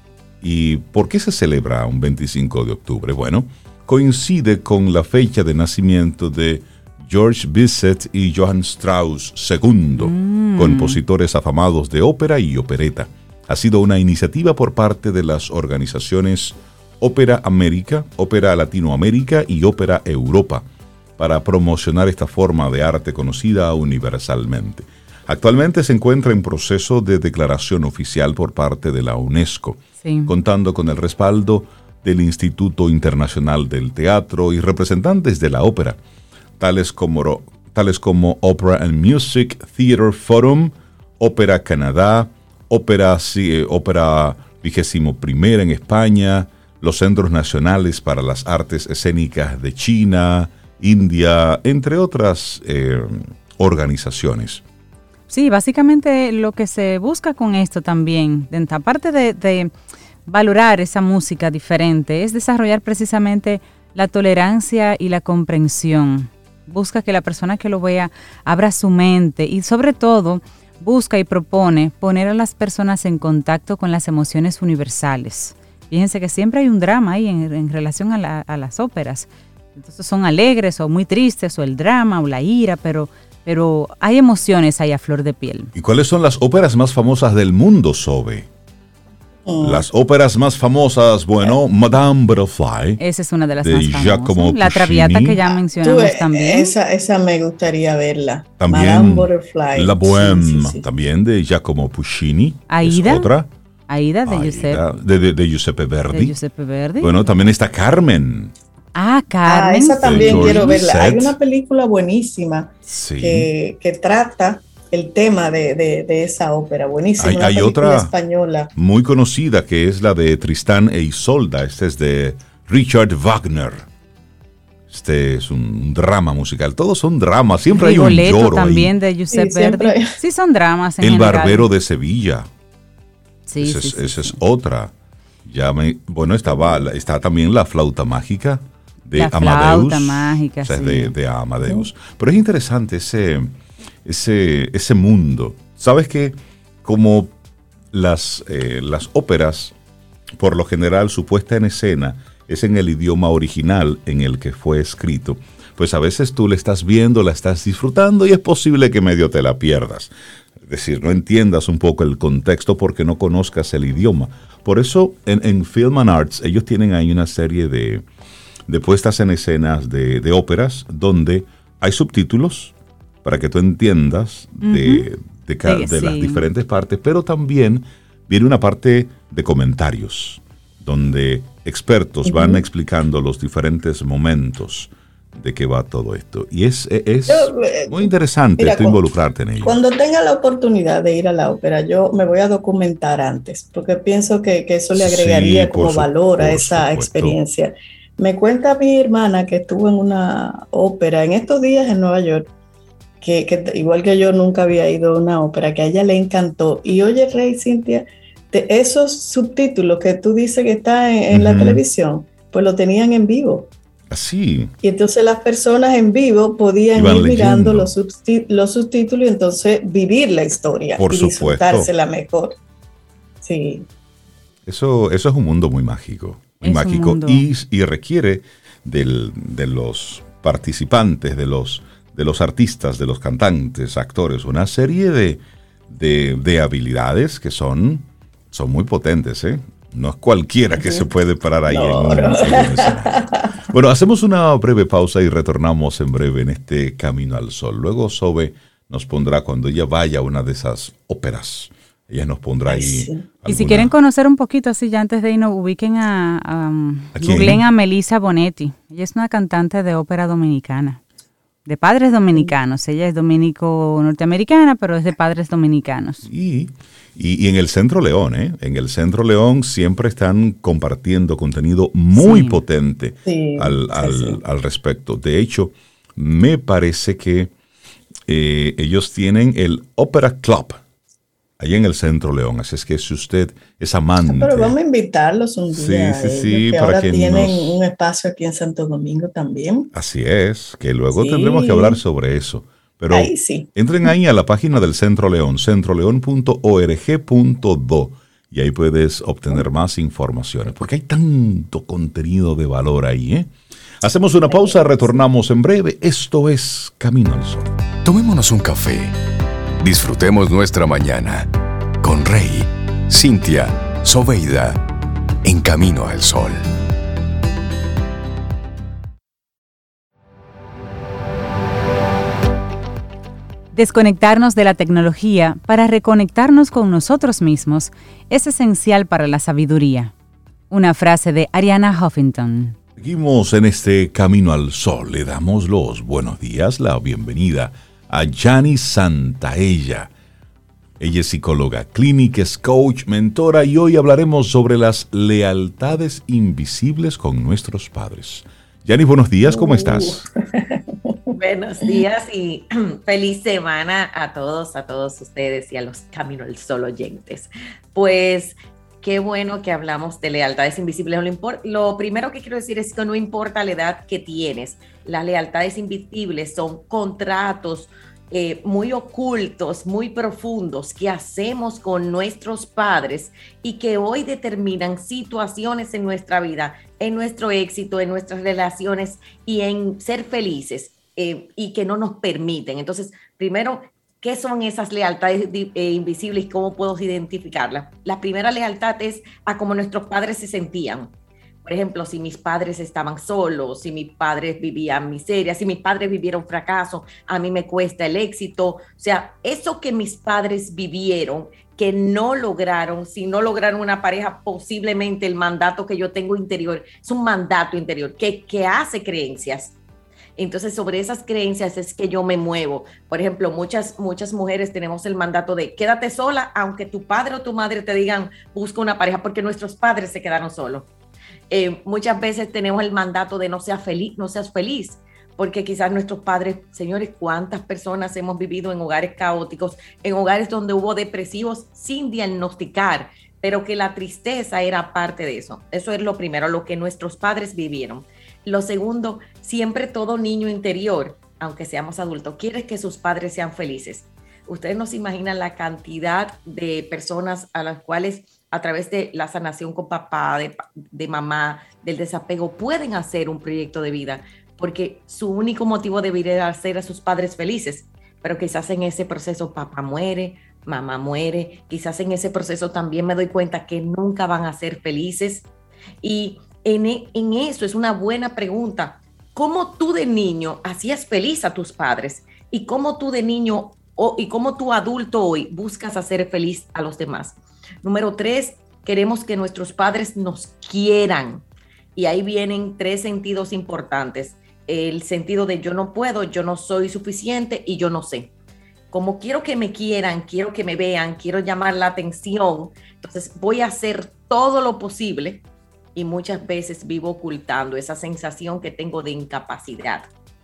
¿Y por qué se celebra un veinticinco de octubre? Bueno, coincide con la fecha de nacimiento de George Bizet y Johann Strauss segundo, compositores afamados de ópera y opereta. Ha sido una iniciativa por parte de las organizaciones Ópera América, Ópera Latinoamérica y Ópera Europa para promocionar esta forma de arte conocida universalmente. Actualmente se encuentra en proceso de declaración oficial por parte de la UNESCO, Sí. contando con el respaldo del Instituto Internacional del Teatro y representantes de la ópera, tales como, tales como Opera and Music Theatre Forum, Ópera Canadá, Ópera, sí, Ópera vigésimo primera en España, los Centros Nacionales para las Artes Escénicas de China, India, entre otras eh, organizaciones. Sí, básicamente lo que se busca con esto también, de- aparte de, de valorar esa música diferente, es desarrollar precisamente la tolerancia y la comprensión. Busca que la persona que lo vea abra su mente y sobre todo busca y propone poner a las personas en contacto con las emociones universales. Fíjense que siempre hay un drama ahí en, en relación a, la- a las óperas. Entonces son alegres o muy tristes o el drama o la ira, pero, pero hay emociones ahí a flor de piel. ¿Y cuáles son las óperas más famosas del mundo, Sobe? Mm. Las óperas más famosas, bueno, Madame Butterfly. Esa es una de las De más famosas. Giacomo La Traviata Puccini. que ya Tú, mencionamos eh, también. Esa, esa me gustaría verla. Madame También Butterfly. La Bohème, Sí, sí, sí. también de Giacomo Puccini. Aida. Es otra. Aida de Aida, Giuseppe, de, de- de Giuseppe Verdi. de Giuseppe Verdi. Bueno, también está Carmen. ah, Ah, Carmen. esa también George quiero verla. Hay Bizet. una película buenísima Sí. que, que trata el tema de, de, de esa ópera. Buenísima. Hay- una hay película otra- española. Muy conocida, que es la de Tristán e Isolda. Este es de Richard Wagner. Este es un drama musical. Todos son dramas. Siempre hay un Rigoletto lloro también ahí. de Giuseppe Sí, siempre Verdi. hay. Sí, son dramas en El general. Barbero de Sevilla. Sí, esa sí, es, sí, esa sí. es otra. Ya me, bueno, estaba, la- está también la flauta mágica de La Amadeus. flauta mágica, o sea, sí. de, de Amadeus. Pero es interesante ese, ese, ese mundo. ¿Sabes que como las, eh, las óperas, por lo general, su puesta en escena es en el idioma original en el que fue escrito, pues a veces tú la estás viendo, la estás disfrutando y es posible que medio te la pierdas. Es decir, no entiendas un poco el contexto porque no conozcas el idioma. Por eso en, en Film and Arts ellos tienen ahí una serie de, de puestas en escenas de, de óperas donde hay subtítulos para que tú entiendas de, de, ca- Sí, de las sí. diferentes partes, pero también viene una parte de comentarios donde expertos van explicando los diferentes momentos de qué va todo esto. Y es, es Yo, eh, muy interesante mira, tú cu- involucrarte en ello. Cuando tenga la oportunidad de ir a la ópera, yo me voy a documentar antes, porque pienso que, que eso le Sí, agregaría por como su- valor a por esa supuesto. experiencia. Me cuenta mi hermana que estuvo en una ópera en estos días en Nueva York, que, que igual que yo nunca había ido a una ópera, que a ella le encantó. Y oye, Rey, Cintia, de esos subtítulos que tú dices que está en, en la Ujú. televisión, pues lo tenían en vivo. Así. Y entonces las personas en vivo podían Iban ir mirando leyendo. los, subti- los subtítulos y entonces vivir la historia Por y supuesto. disfrutársela mejor. Sí. Eso, eso es un mundo muy mágico, muy Es mágico y, y requiere del, de los participantes, de los, de los artistas, de los cantantes, actores, una serie de, de, de habilidades que son, son muy potentes, ¿eh? No es cualquiera que se puede parar ahí no, en, un, no. en un escenario. Bueno, hacemos una breve pausa y retornamos en breve en este Camino al Sol. Luego Sobe nos pondrá, cuando ella vaya a una de esas óperas, ella nos pondrá ahí. Sí. Alguna... Y si quieren conocer un poquito, así ya antes de irnos, ubiquen a, a, ¿A googleen a Melissa Bonetti. Ella es una cantante de ópera dominicana, de padres dominicanos. Ella es dominico-norteamericana, pero es de padres dominicanos. Y, y, y en el Centro León, ¿eh? En el Centro León siempre están compartiendo contenido muy sí. potente sí, al, al, sí, sí. al respecto. De hecho, me parece que eh, ellos tienen el Opera Club ahí en el Centro León, así es que si usted es amante... Pero vamos a invitarlos un día. Sí, sí, sí. Que para ahora que tienen nos... un espacio aquí en Santo Domingo también. Así es, que luego sí. tendremos que hablar sobre eso. Pero ahí sí. entren ahí a la página del Centro León, centro león punto org punto do, y ahí puedes obtener más informaciones, porque hay tanto contenido de valor ahí, ¿eh? Hacemos una pausa, retornamos en breve. Esto es Camino al Sol. Tomémonos un café. Disfrutemos nuestra mañana con Rey, Cintia, Sobeida, en Camino al Sol. Desconectarnos de la tecnología para reconectarnos con nosotros mismos es esencial para la sabiduría. Una frase de Arianna Huffington. Seguimos en este Camino al Sol. Le damos los buenos días, la bienvenida a Yani Santaella. Ella es psicóloga clínica, es coach, mentora y hoy hablaremos sobre las lealtades invisibles con nuestros padres. Yani, buenos días, ¿cómo estás? Buenos días y feliz semana a todos, a todos ustedes y a los Camino al Sol oyentes. Pues qué bueno que hablamos de lealtades invisibles. Lo, impor- lo primero que quiero decir es que no importa la edad que tienes, las lealtades invisibles son contratos eh, muy ocultos, muy profundos que hacemos con nuestros padres y que hoy determinan situaciones en nuestra vida, en nuestro éxito, en nuestras relaciones y en ser felices. Eh, y que no nos permiten. Entonces, primero, ¿qué son esas lealtades eh, invisibles y cómo puedo identificarlas? La primera lealtad es a cómo nuestros padres se sentían. Por ejemplo, si mis padres estaban solos, si mis padres vivían miseria, si mis padres vivieron fracaso, a mí me cuesta el éxito. O sea, eso que mis padres vivieron, que no lograron, si no lograron una pareja, posiblemente el mandato que yo tengo interior, es un mandato interior que, que hace creencias. Entonces, sobre esas creencias es que yo me muevo. Por ejemplo, muchas, muchas mujeres tenemos el mandato de quédate sola, aunque tu padre o tu madre te digan busca una pareja, porque nuestros padres se quedaron solos. Eh, muchas veces tenemos el mandato de no seas feliz, no seas feliz, porque quizás nuestros padres, señores, ¿cuántas personas hemos vivido en hogares caóticos, en hogares donde hubo depresivos sin diagnosticar, pero que la tristeza era parte de eso? Eso es lo primero, lo que nuestros padres vivieron. Lo segundo, siempre todo niño interior, aunque seamos adultos, quiere que sus padres sean felices. Ustedes no se imaginan la cantidad de personas a las cuales a través de la sanación con papá, de, de mamá, del desapego, pueden hacer un proyecto de vida, porque su único motivo de vivir era hacer a sus padres felices. Pero quizás en ese proceso papá muere, mamá muere, quizás en ese proceso también me doy cuenta que nunca van a ser felices. Y En, en eso es una buena pregunta. ¿Cómo tú de niño hacías feliz a tus padres? ¿Y cómo tú de niño o, y cómo tú adulto hoy buscas hacer feliz a los demás? Número tres, queremos que nuestros padres nos quieran. Y ahí vienen tres sentidos importantes. El sentido de yo no puedo, yo no soy suficiente y yo no sé. Como quiero que me quieran, quiero que me vean, quiero llamar la atención, entonces voy a hacer todo lo posible. Y muchas veces vivo ocultando esa sensación que tengo de incapacidad.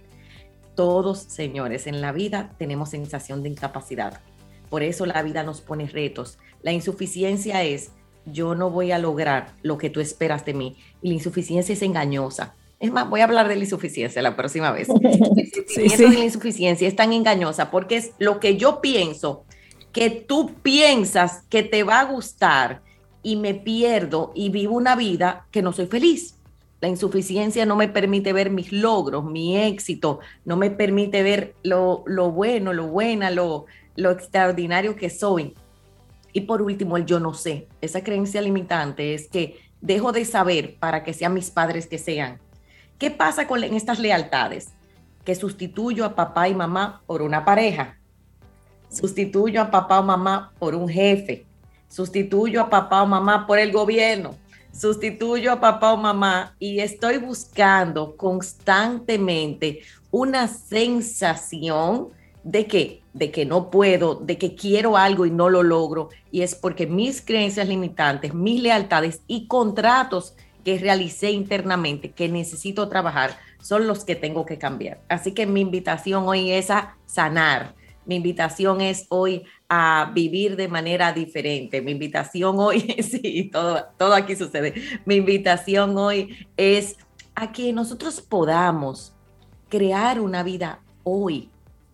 Todos, señores, en la vida tenemos sensación de incapacidad. Por eso la vida nos pone retos. La insuficiencia es, yo no voy a lograr lo que tú esperas de mí. Y la insuficiencia es engañosa. Es más, voy a hablar de la insuficiencia la próxima vez. El sentimiento sí, sí. de la insuficiencia es tan engañosa porque es lo que yo pienso, que tú piensas que te va a gustar, y me pierdo y vivo una vida que no soy feliz. La insuficiencia no me permite ver mis logros, mi éxito, no me permite ver lo, lo bueno, lo buena, lo, lo extraordinario que soy. Y por último, el yo no sé. Esa creencia limitante es que dejo de saber para que sean mis padres que sean. ¿Qué pasa con en estas lealtades? Que sustituyo a papá y mamá por una pareja. Sustituyo a papá o mamá por un jefe. Sustituyo a papá o mamá por el gobierno. Sustituyo a papá o mamá y estoy buscando constantemente una sensación de que, de que no puedo, de que quiero algo y no lo logro. Y es porque mis creencias limitantes, mis lealtades y contratos que realicé internamente, que necesito trabajar, son los que tengo que cambiar. Así que mi invitación hoy es a sanar. Mi invitación es hoy a vivir de manera diferente. Mi invitación hoy, sí, todo, todo aquí sucede. Mi invitación hoy es a que nosotros podamos crear una vida hoy.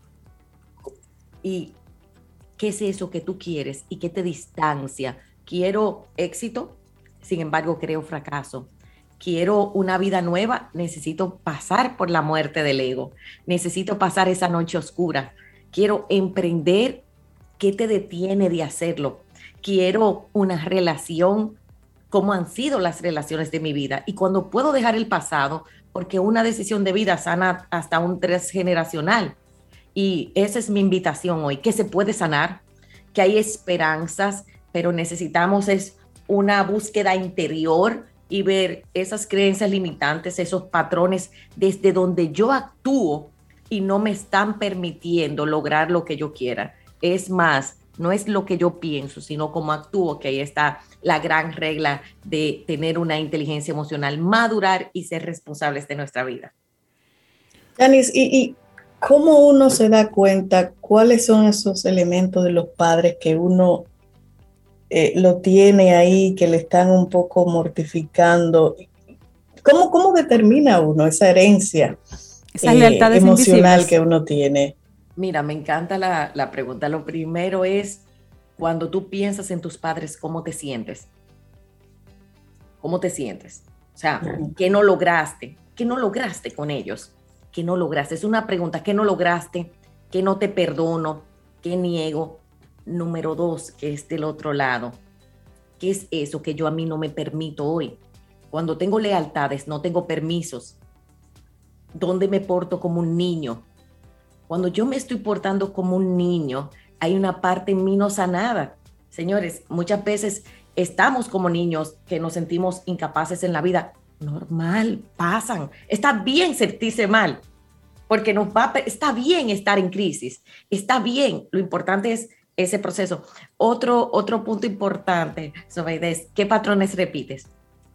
¿Y qué es eso que tú quieres y qué te distancia? Quiero éxito, sin embargo creo fracaso. Quiero una vida nueva, necesito pasar por la muerte del ego. Necesito pasar esa noche oscura. Quiero emprender, ¿qué te detiene de hacerlo? Quiero una relación, ¿cómo han sido las relaciones de mi vida? Y cuando puedo dejar el pasado, porque una decisión de vida sana hasta un transgeneracional. Y esa es mi invitación hoy, que se puede sanar, que hay esperanzas, pero necesitamos es una búsqueda interior y ver esas creencias limitantes, esos patrones desde donde yo actúo y no me están permitiendo lograr lo que yo quiera. Es más, no es lo que yo pienso, sino cómo actúo, que ahí está la gran regla de tener una inteligencia emocional, madurar y ser responsables de nuestra vida. Yanis, ¿y, y cómo uno se da cuenta cuáles son esos elementos de los padres que uno eh, lo tiene ahí, que le están un poco mortificando? ¿Cómo, cómo determina uno esa herencia? Esas lealtades eh, emocional invisibles que uno tiene. Mira, me encanta la, la pregunta. Lo primero es, cuando tú piensas en tus padres, ¿cómo te sientes? ¿Cómo te sientes? O sea, uh-huh. ¿qué no lograste? ¿Qué no lograste con ellos? ¿Qué no lograste? Es una pregunta. ¿Qué no lograste? ¿Qué no te perdono? ¿Qué niego? Número dos, que es del otro lado. ¿Qué es eso que yo a mí no me permito hoy? Cuando tengo lealtades, no tengo permisos. ¿Dónde me porto como un niño? Cuando yo me estoy portando como un niño, hay una parte en mí no sanada. Señores, muchas veces estamos como niños que nos sentimos incapaces en la vida. Normal, pasan. Está bien sentirse mal, porque nos va a, está bien estar en crisis. Está bien. Lo importante es ese proceso. Otro, otro punto importante, Sobeida, es ¿qué patrones repites?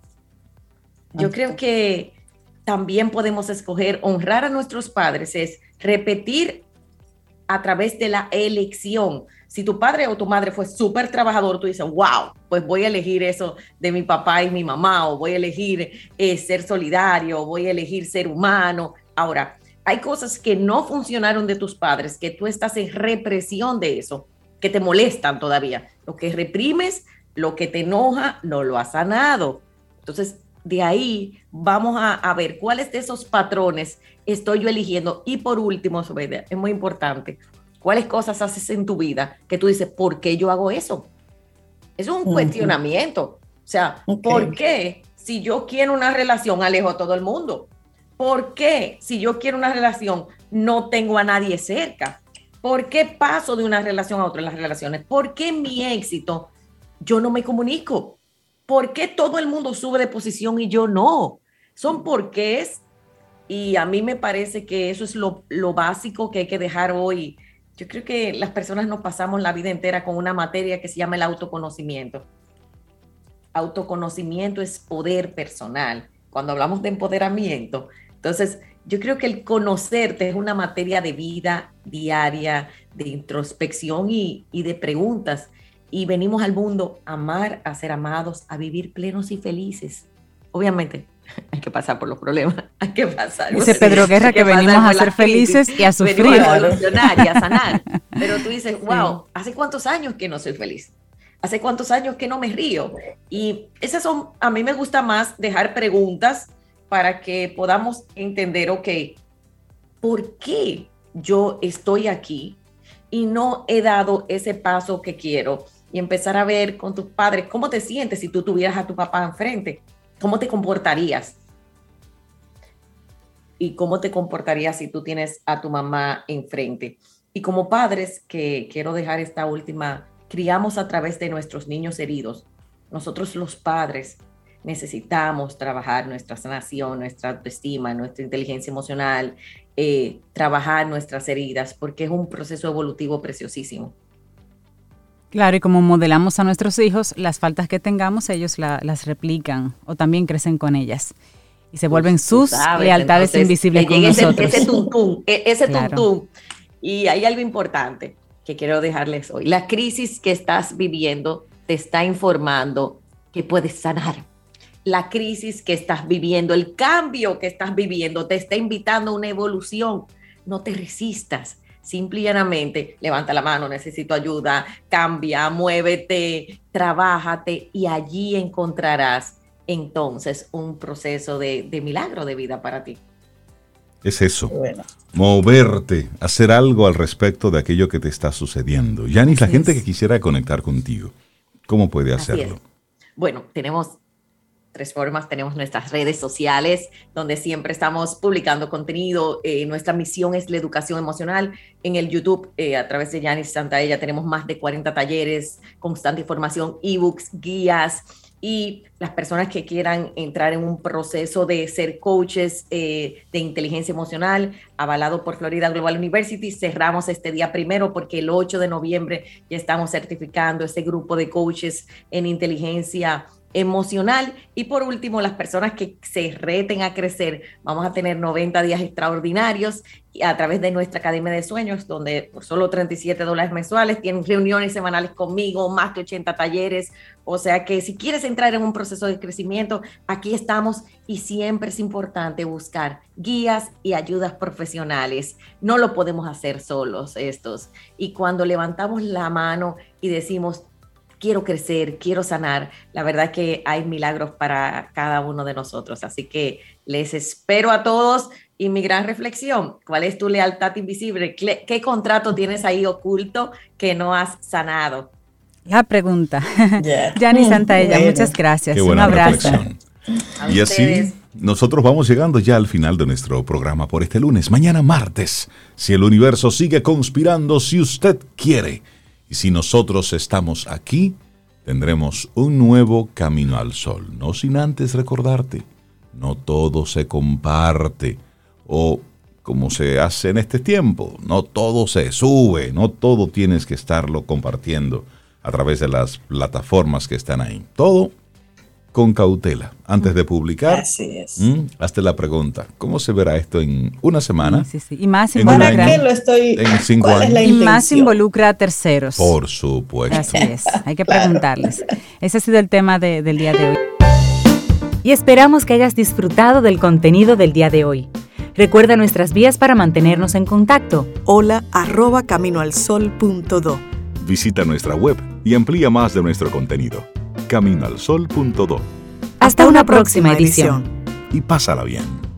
Yo creo que también podemos escoger honrar a nuestros padres, es repetir a través de la elección. Si tu padre o tu madre fue súper trabajador, tú dices, wow, pues voy a elegir eso de mi papá y mi mamá, o voy a elegir eh, ser solidario, o voy a elegir ser humano. Ahora, hay cosas que no funcionaron de tus padres, que tú estás en represión de eso, que te molestan todavía. Lo que reprimes, lo que te enoja, no lo has sanado. Entonces, de ahí vamos a, a ver cuáles de esos patrones estoy yo eligiendo. Y por último, Sobeida, es muy importante, ¿cuáles cosas haces en tu vida que tú dices, ¿por qué yo hago eso? Es un uh-huh. cuestionamiento. O sea, okay. ¿por qué si yo quiero una relación alejo a todo el mundo? ¿Por qué si yo quiero una relación no tengo a nadie cerca? ¿Por qué paso de una relación a otra en las relaciones? ¿Por qué mi éxito yo no me comunico? ¿Por qué todo el mundo sube de posición y yo no? Son porqués, y a mí me parece que eso es lo, lo básico que hay que dejar hoy. Yo creo que las personas nos pasamos la vida entera con una materia que se llama el autoconocimiento. Autoconocimiento es poder personal. Cuando hablamos de empoderamiento, entonces yo creo que el conocerte es una materia de vida diaria, de introspección y, y de preguntas. Y venimos al mundo a amar, a ser amados, a vivir plenos y felices. Obviamente, hay que pasar por los problemas, hay que pasar. Dice Pedro Guerra que, que venimos a ser felices y a sufrir. Venimos a evolucionar y a sanar. Pero tú dices, wow, ¿hace cuántos años que no soy feliz? ¿Hace cuántos años que no me río? Y esas son, a mí me gusta más dejar preguntas para que podamos entender, ok, ¿por qué yo estoy aquí y no he dado ese paso que quiero? Y empezar a ver con tus padres, ¿cómo te sientes si tú tuvieras a tu papá enfrente? ¿Cómo te comportarías? ¿Y cómo te comportarías si tú tienes a tu mamá enfrente? Y como padres, que quiero dejar esta última, criamos a través de nuestros niños heridos. Nosotros los padres necesitamos trabajar nuestra sanación, nuestra autoestima, nuestra inteligencia emocional, eh, trabajar nuestras heridas, porque es un proceso evolutivo preciosísimo. Claro, y como modelamos a nuestros hijos, las faltas que tengamos, ellos la, las replican o también crecen con ellas. Y se vuelven pues, sus sabes, lealtades entonces, invisibles con ese, nosotros. Ese tuntún, ese claro. tuntún. Y hay algo importante que quiero dejarles hoy. La crisis que estás viviendo te está informando que puedes sanar. La crisis que estás viviendo, el cambio que estás viviendo, te está invitando a una evolución. No te resistas. Simple y llanamente, levanta la mano, necesito ayuda, cambia, muévete, trabájate y allí encontrarás entonces un proceso de, de milagro de vida para ti. Es eso, bueno. Moverte, hacer algo al respecto de aquello que te está sucediendo. Yanis, la gente que quisiera conectar contigo, ¿cómo puede hacerlo? Bueno, tenemos tres formas. Tenemos nuestras redes sociales, donde siempre estamos publicando contenido. Eh, nuestra misión es la educación emocional. En el YouTube, eh, a través de Yanis Santaella, tenemos más de cuarenta talleres, constante información, ebooks, guías. Y las personas que quieran entrar en un proceso de ser coaches eh, de inteligencia emocional, avalado por Florida Global University, cerramos este día primero porque el ocho de noviembre ya estamos certificando ese grupo de coaches en inteligencia emocional. Y por último, las personas que se reten a crecer, vamos a tener noventa días extraordinarios a través de nuestra Academia de Sueños, donde por solo treinta y siete dólares mensuales tienen reuniones semanales conmigo, más de ochenta talleres. O sea que si quieres entrar en un proceso de crecimiento, aquí estamos, y siempre es importante buscar guías y ayudas profesionales. No lo podemos hacer solos estos. Y cuando levantamos la mano y decimos, quiero crecer, quiero sanar, la verdad que hay milagros para cada uno de nosotros. Así que les espero a todos. Y mi gran reflexión, ¿cuál es tu lealtad invisible? ¿Qué, qué contrato tienes ahí oculto que no has sanado? La pregunta. Yeah. Yanis Santaella, bueno. Muchas gracias. Qué buena Un abrazo. Reflexión. Y así nosotros vamos llegando ya al final de nuestro programa por este lunes. Mañana martes, si el universo sigue conspirando, si usted quiere. Y si nosotros estamos aquí, tendremos un nuevo camino al sol. No sin antes recordarte, no todo se comparte. O como se hace en este tiempo, no todo se sube, no todo tienes que estarlo compartiendo a través de las plataformas que están ahí. Todo con cautela. Antes de publicar, así es. ¿m? Hazte la pregunta, ¿cómo se verá esto en una semana? Sí, sí, sí. Y más involucra, ¿para qué lo estoy, en cinco ¿cuál años? Es la y más involucra a terceros. Por supuesto. Así es, hay que preguntarles. Ese ha sido el tema de, del día de hoy. Y esperamos que hayas disfrutado del contenido del día de hoy. Recuerda nuestras vías para mantenernos en contacto. Hola arroba caminoalsol punto do. Visita nuestra web y amplía más de nuestro contenido. camino al sol punto do. Hasta una próxima edición. Y pásala bien.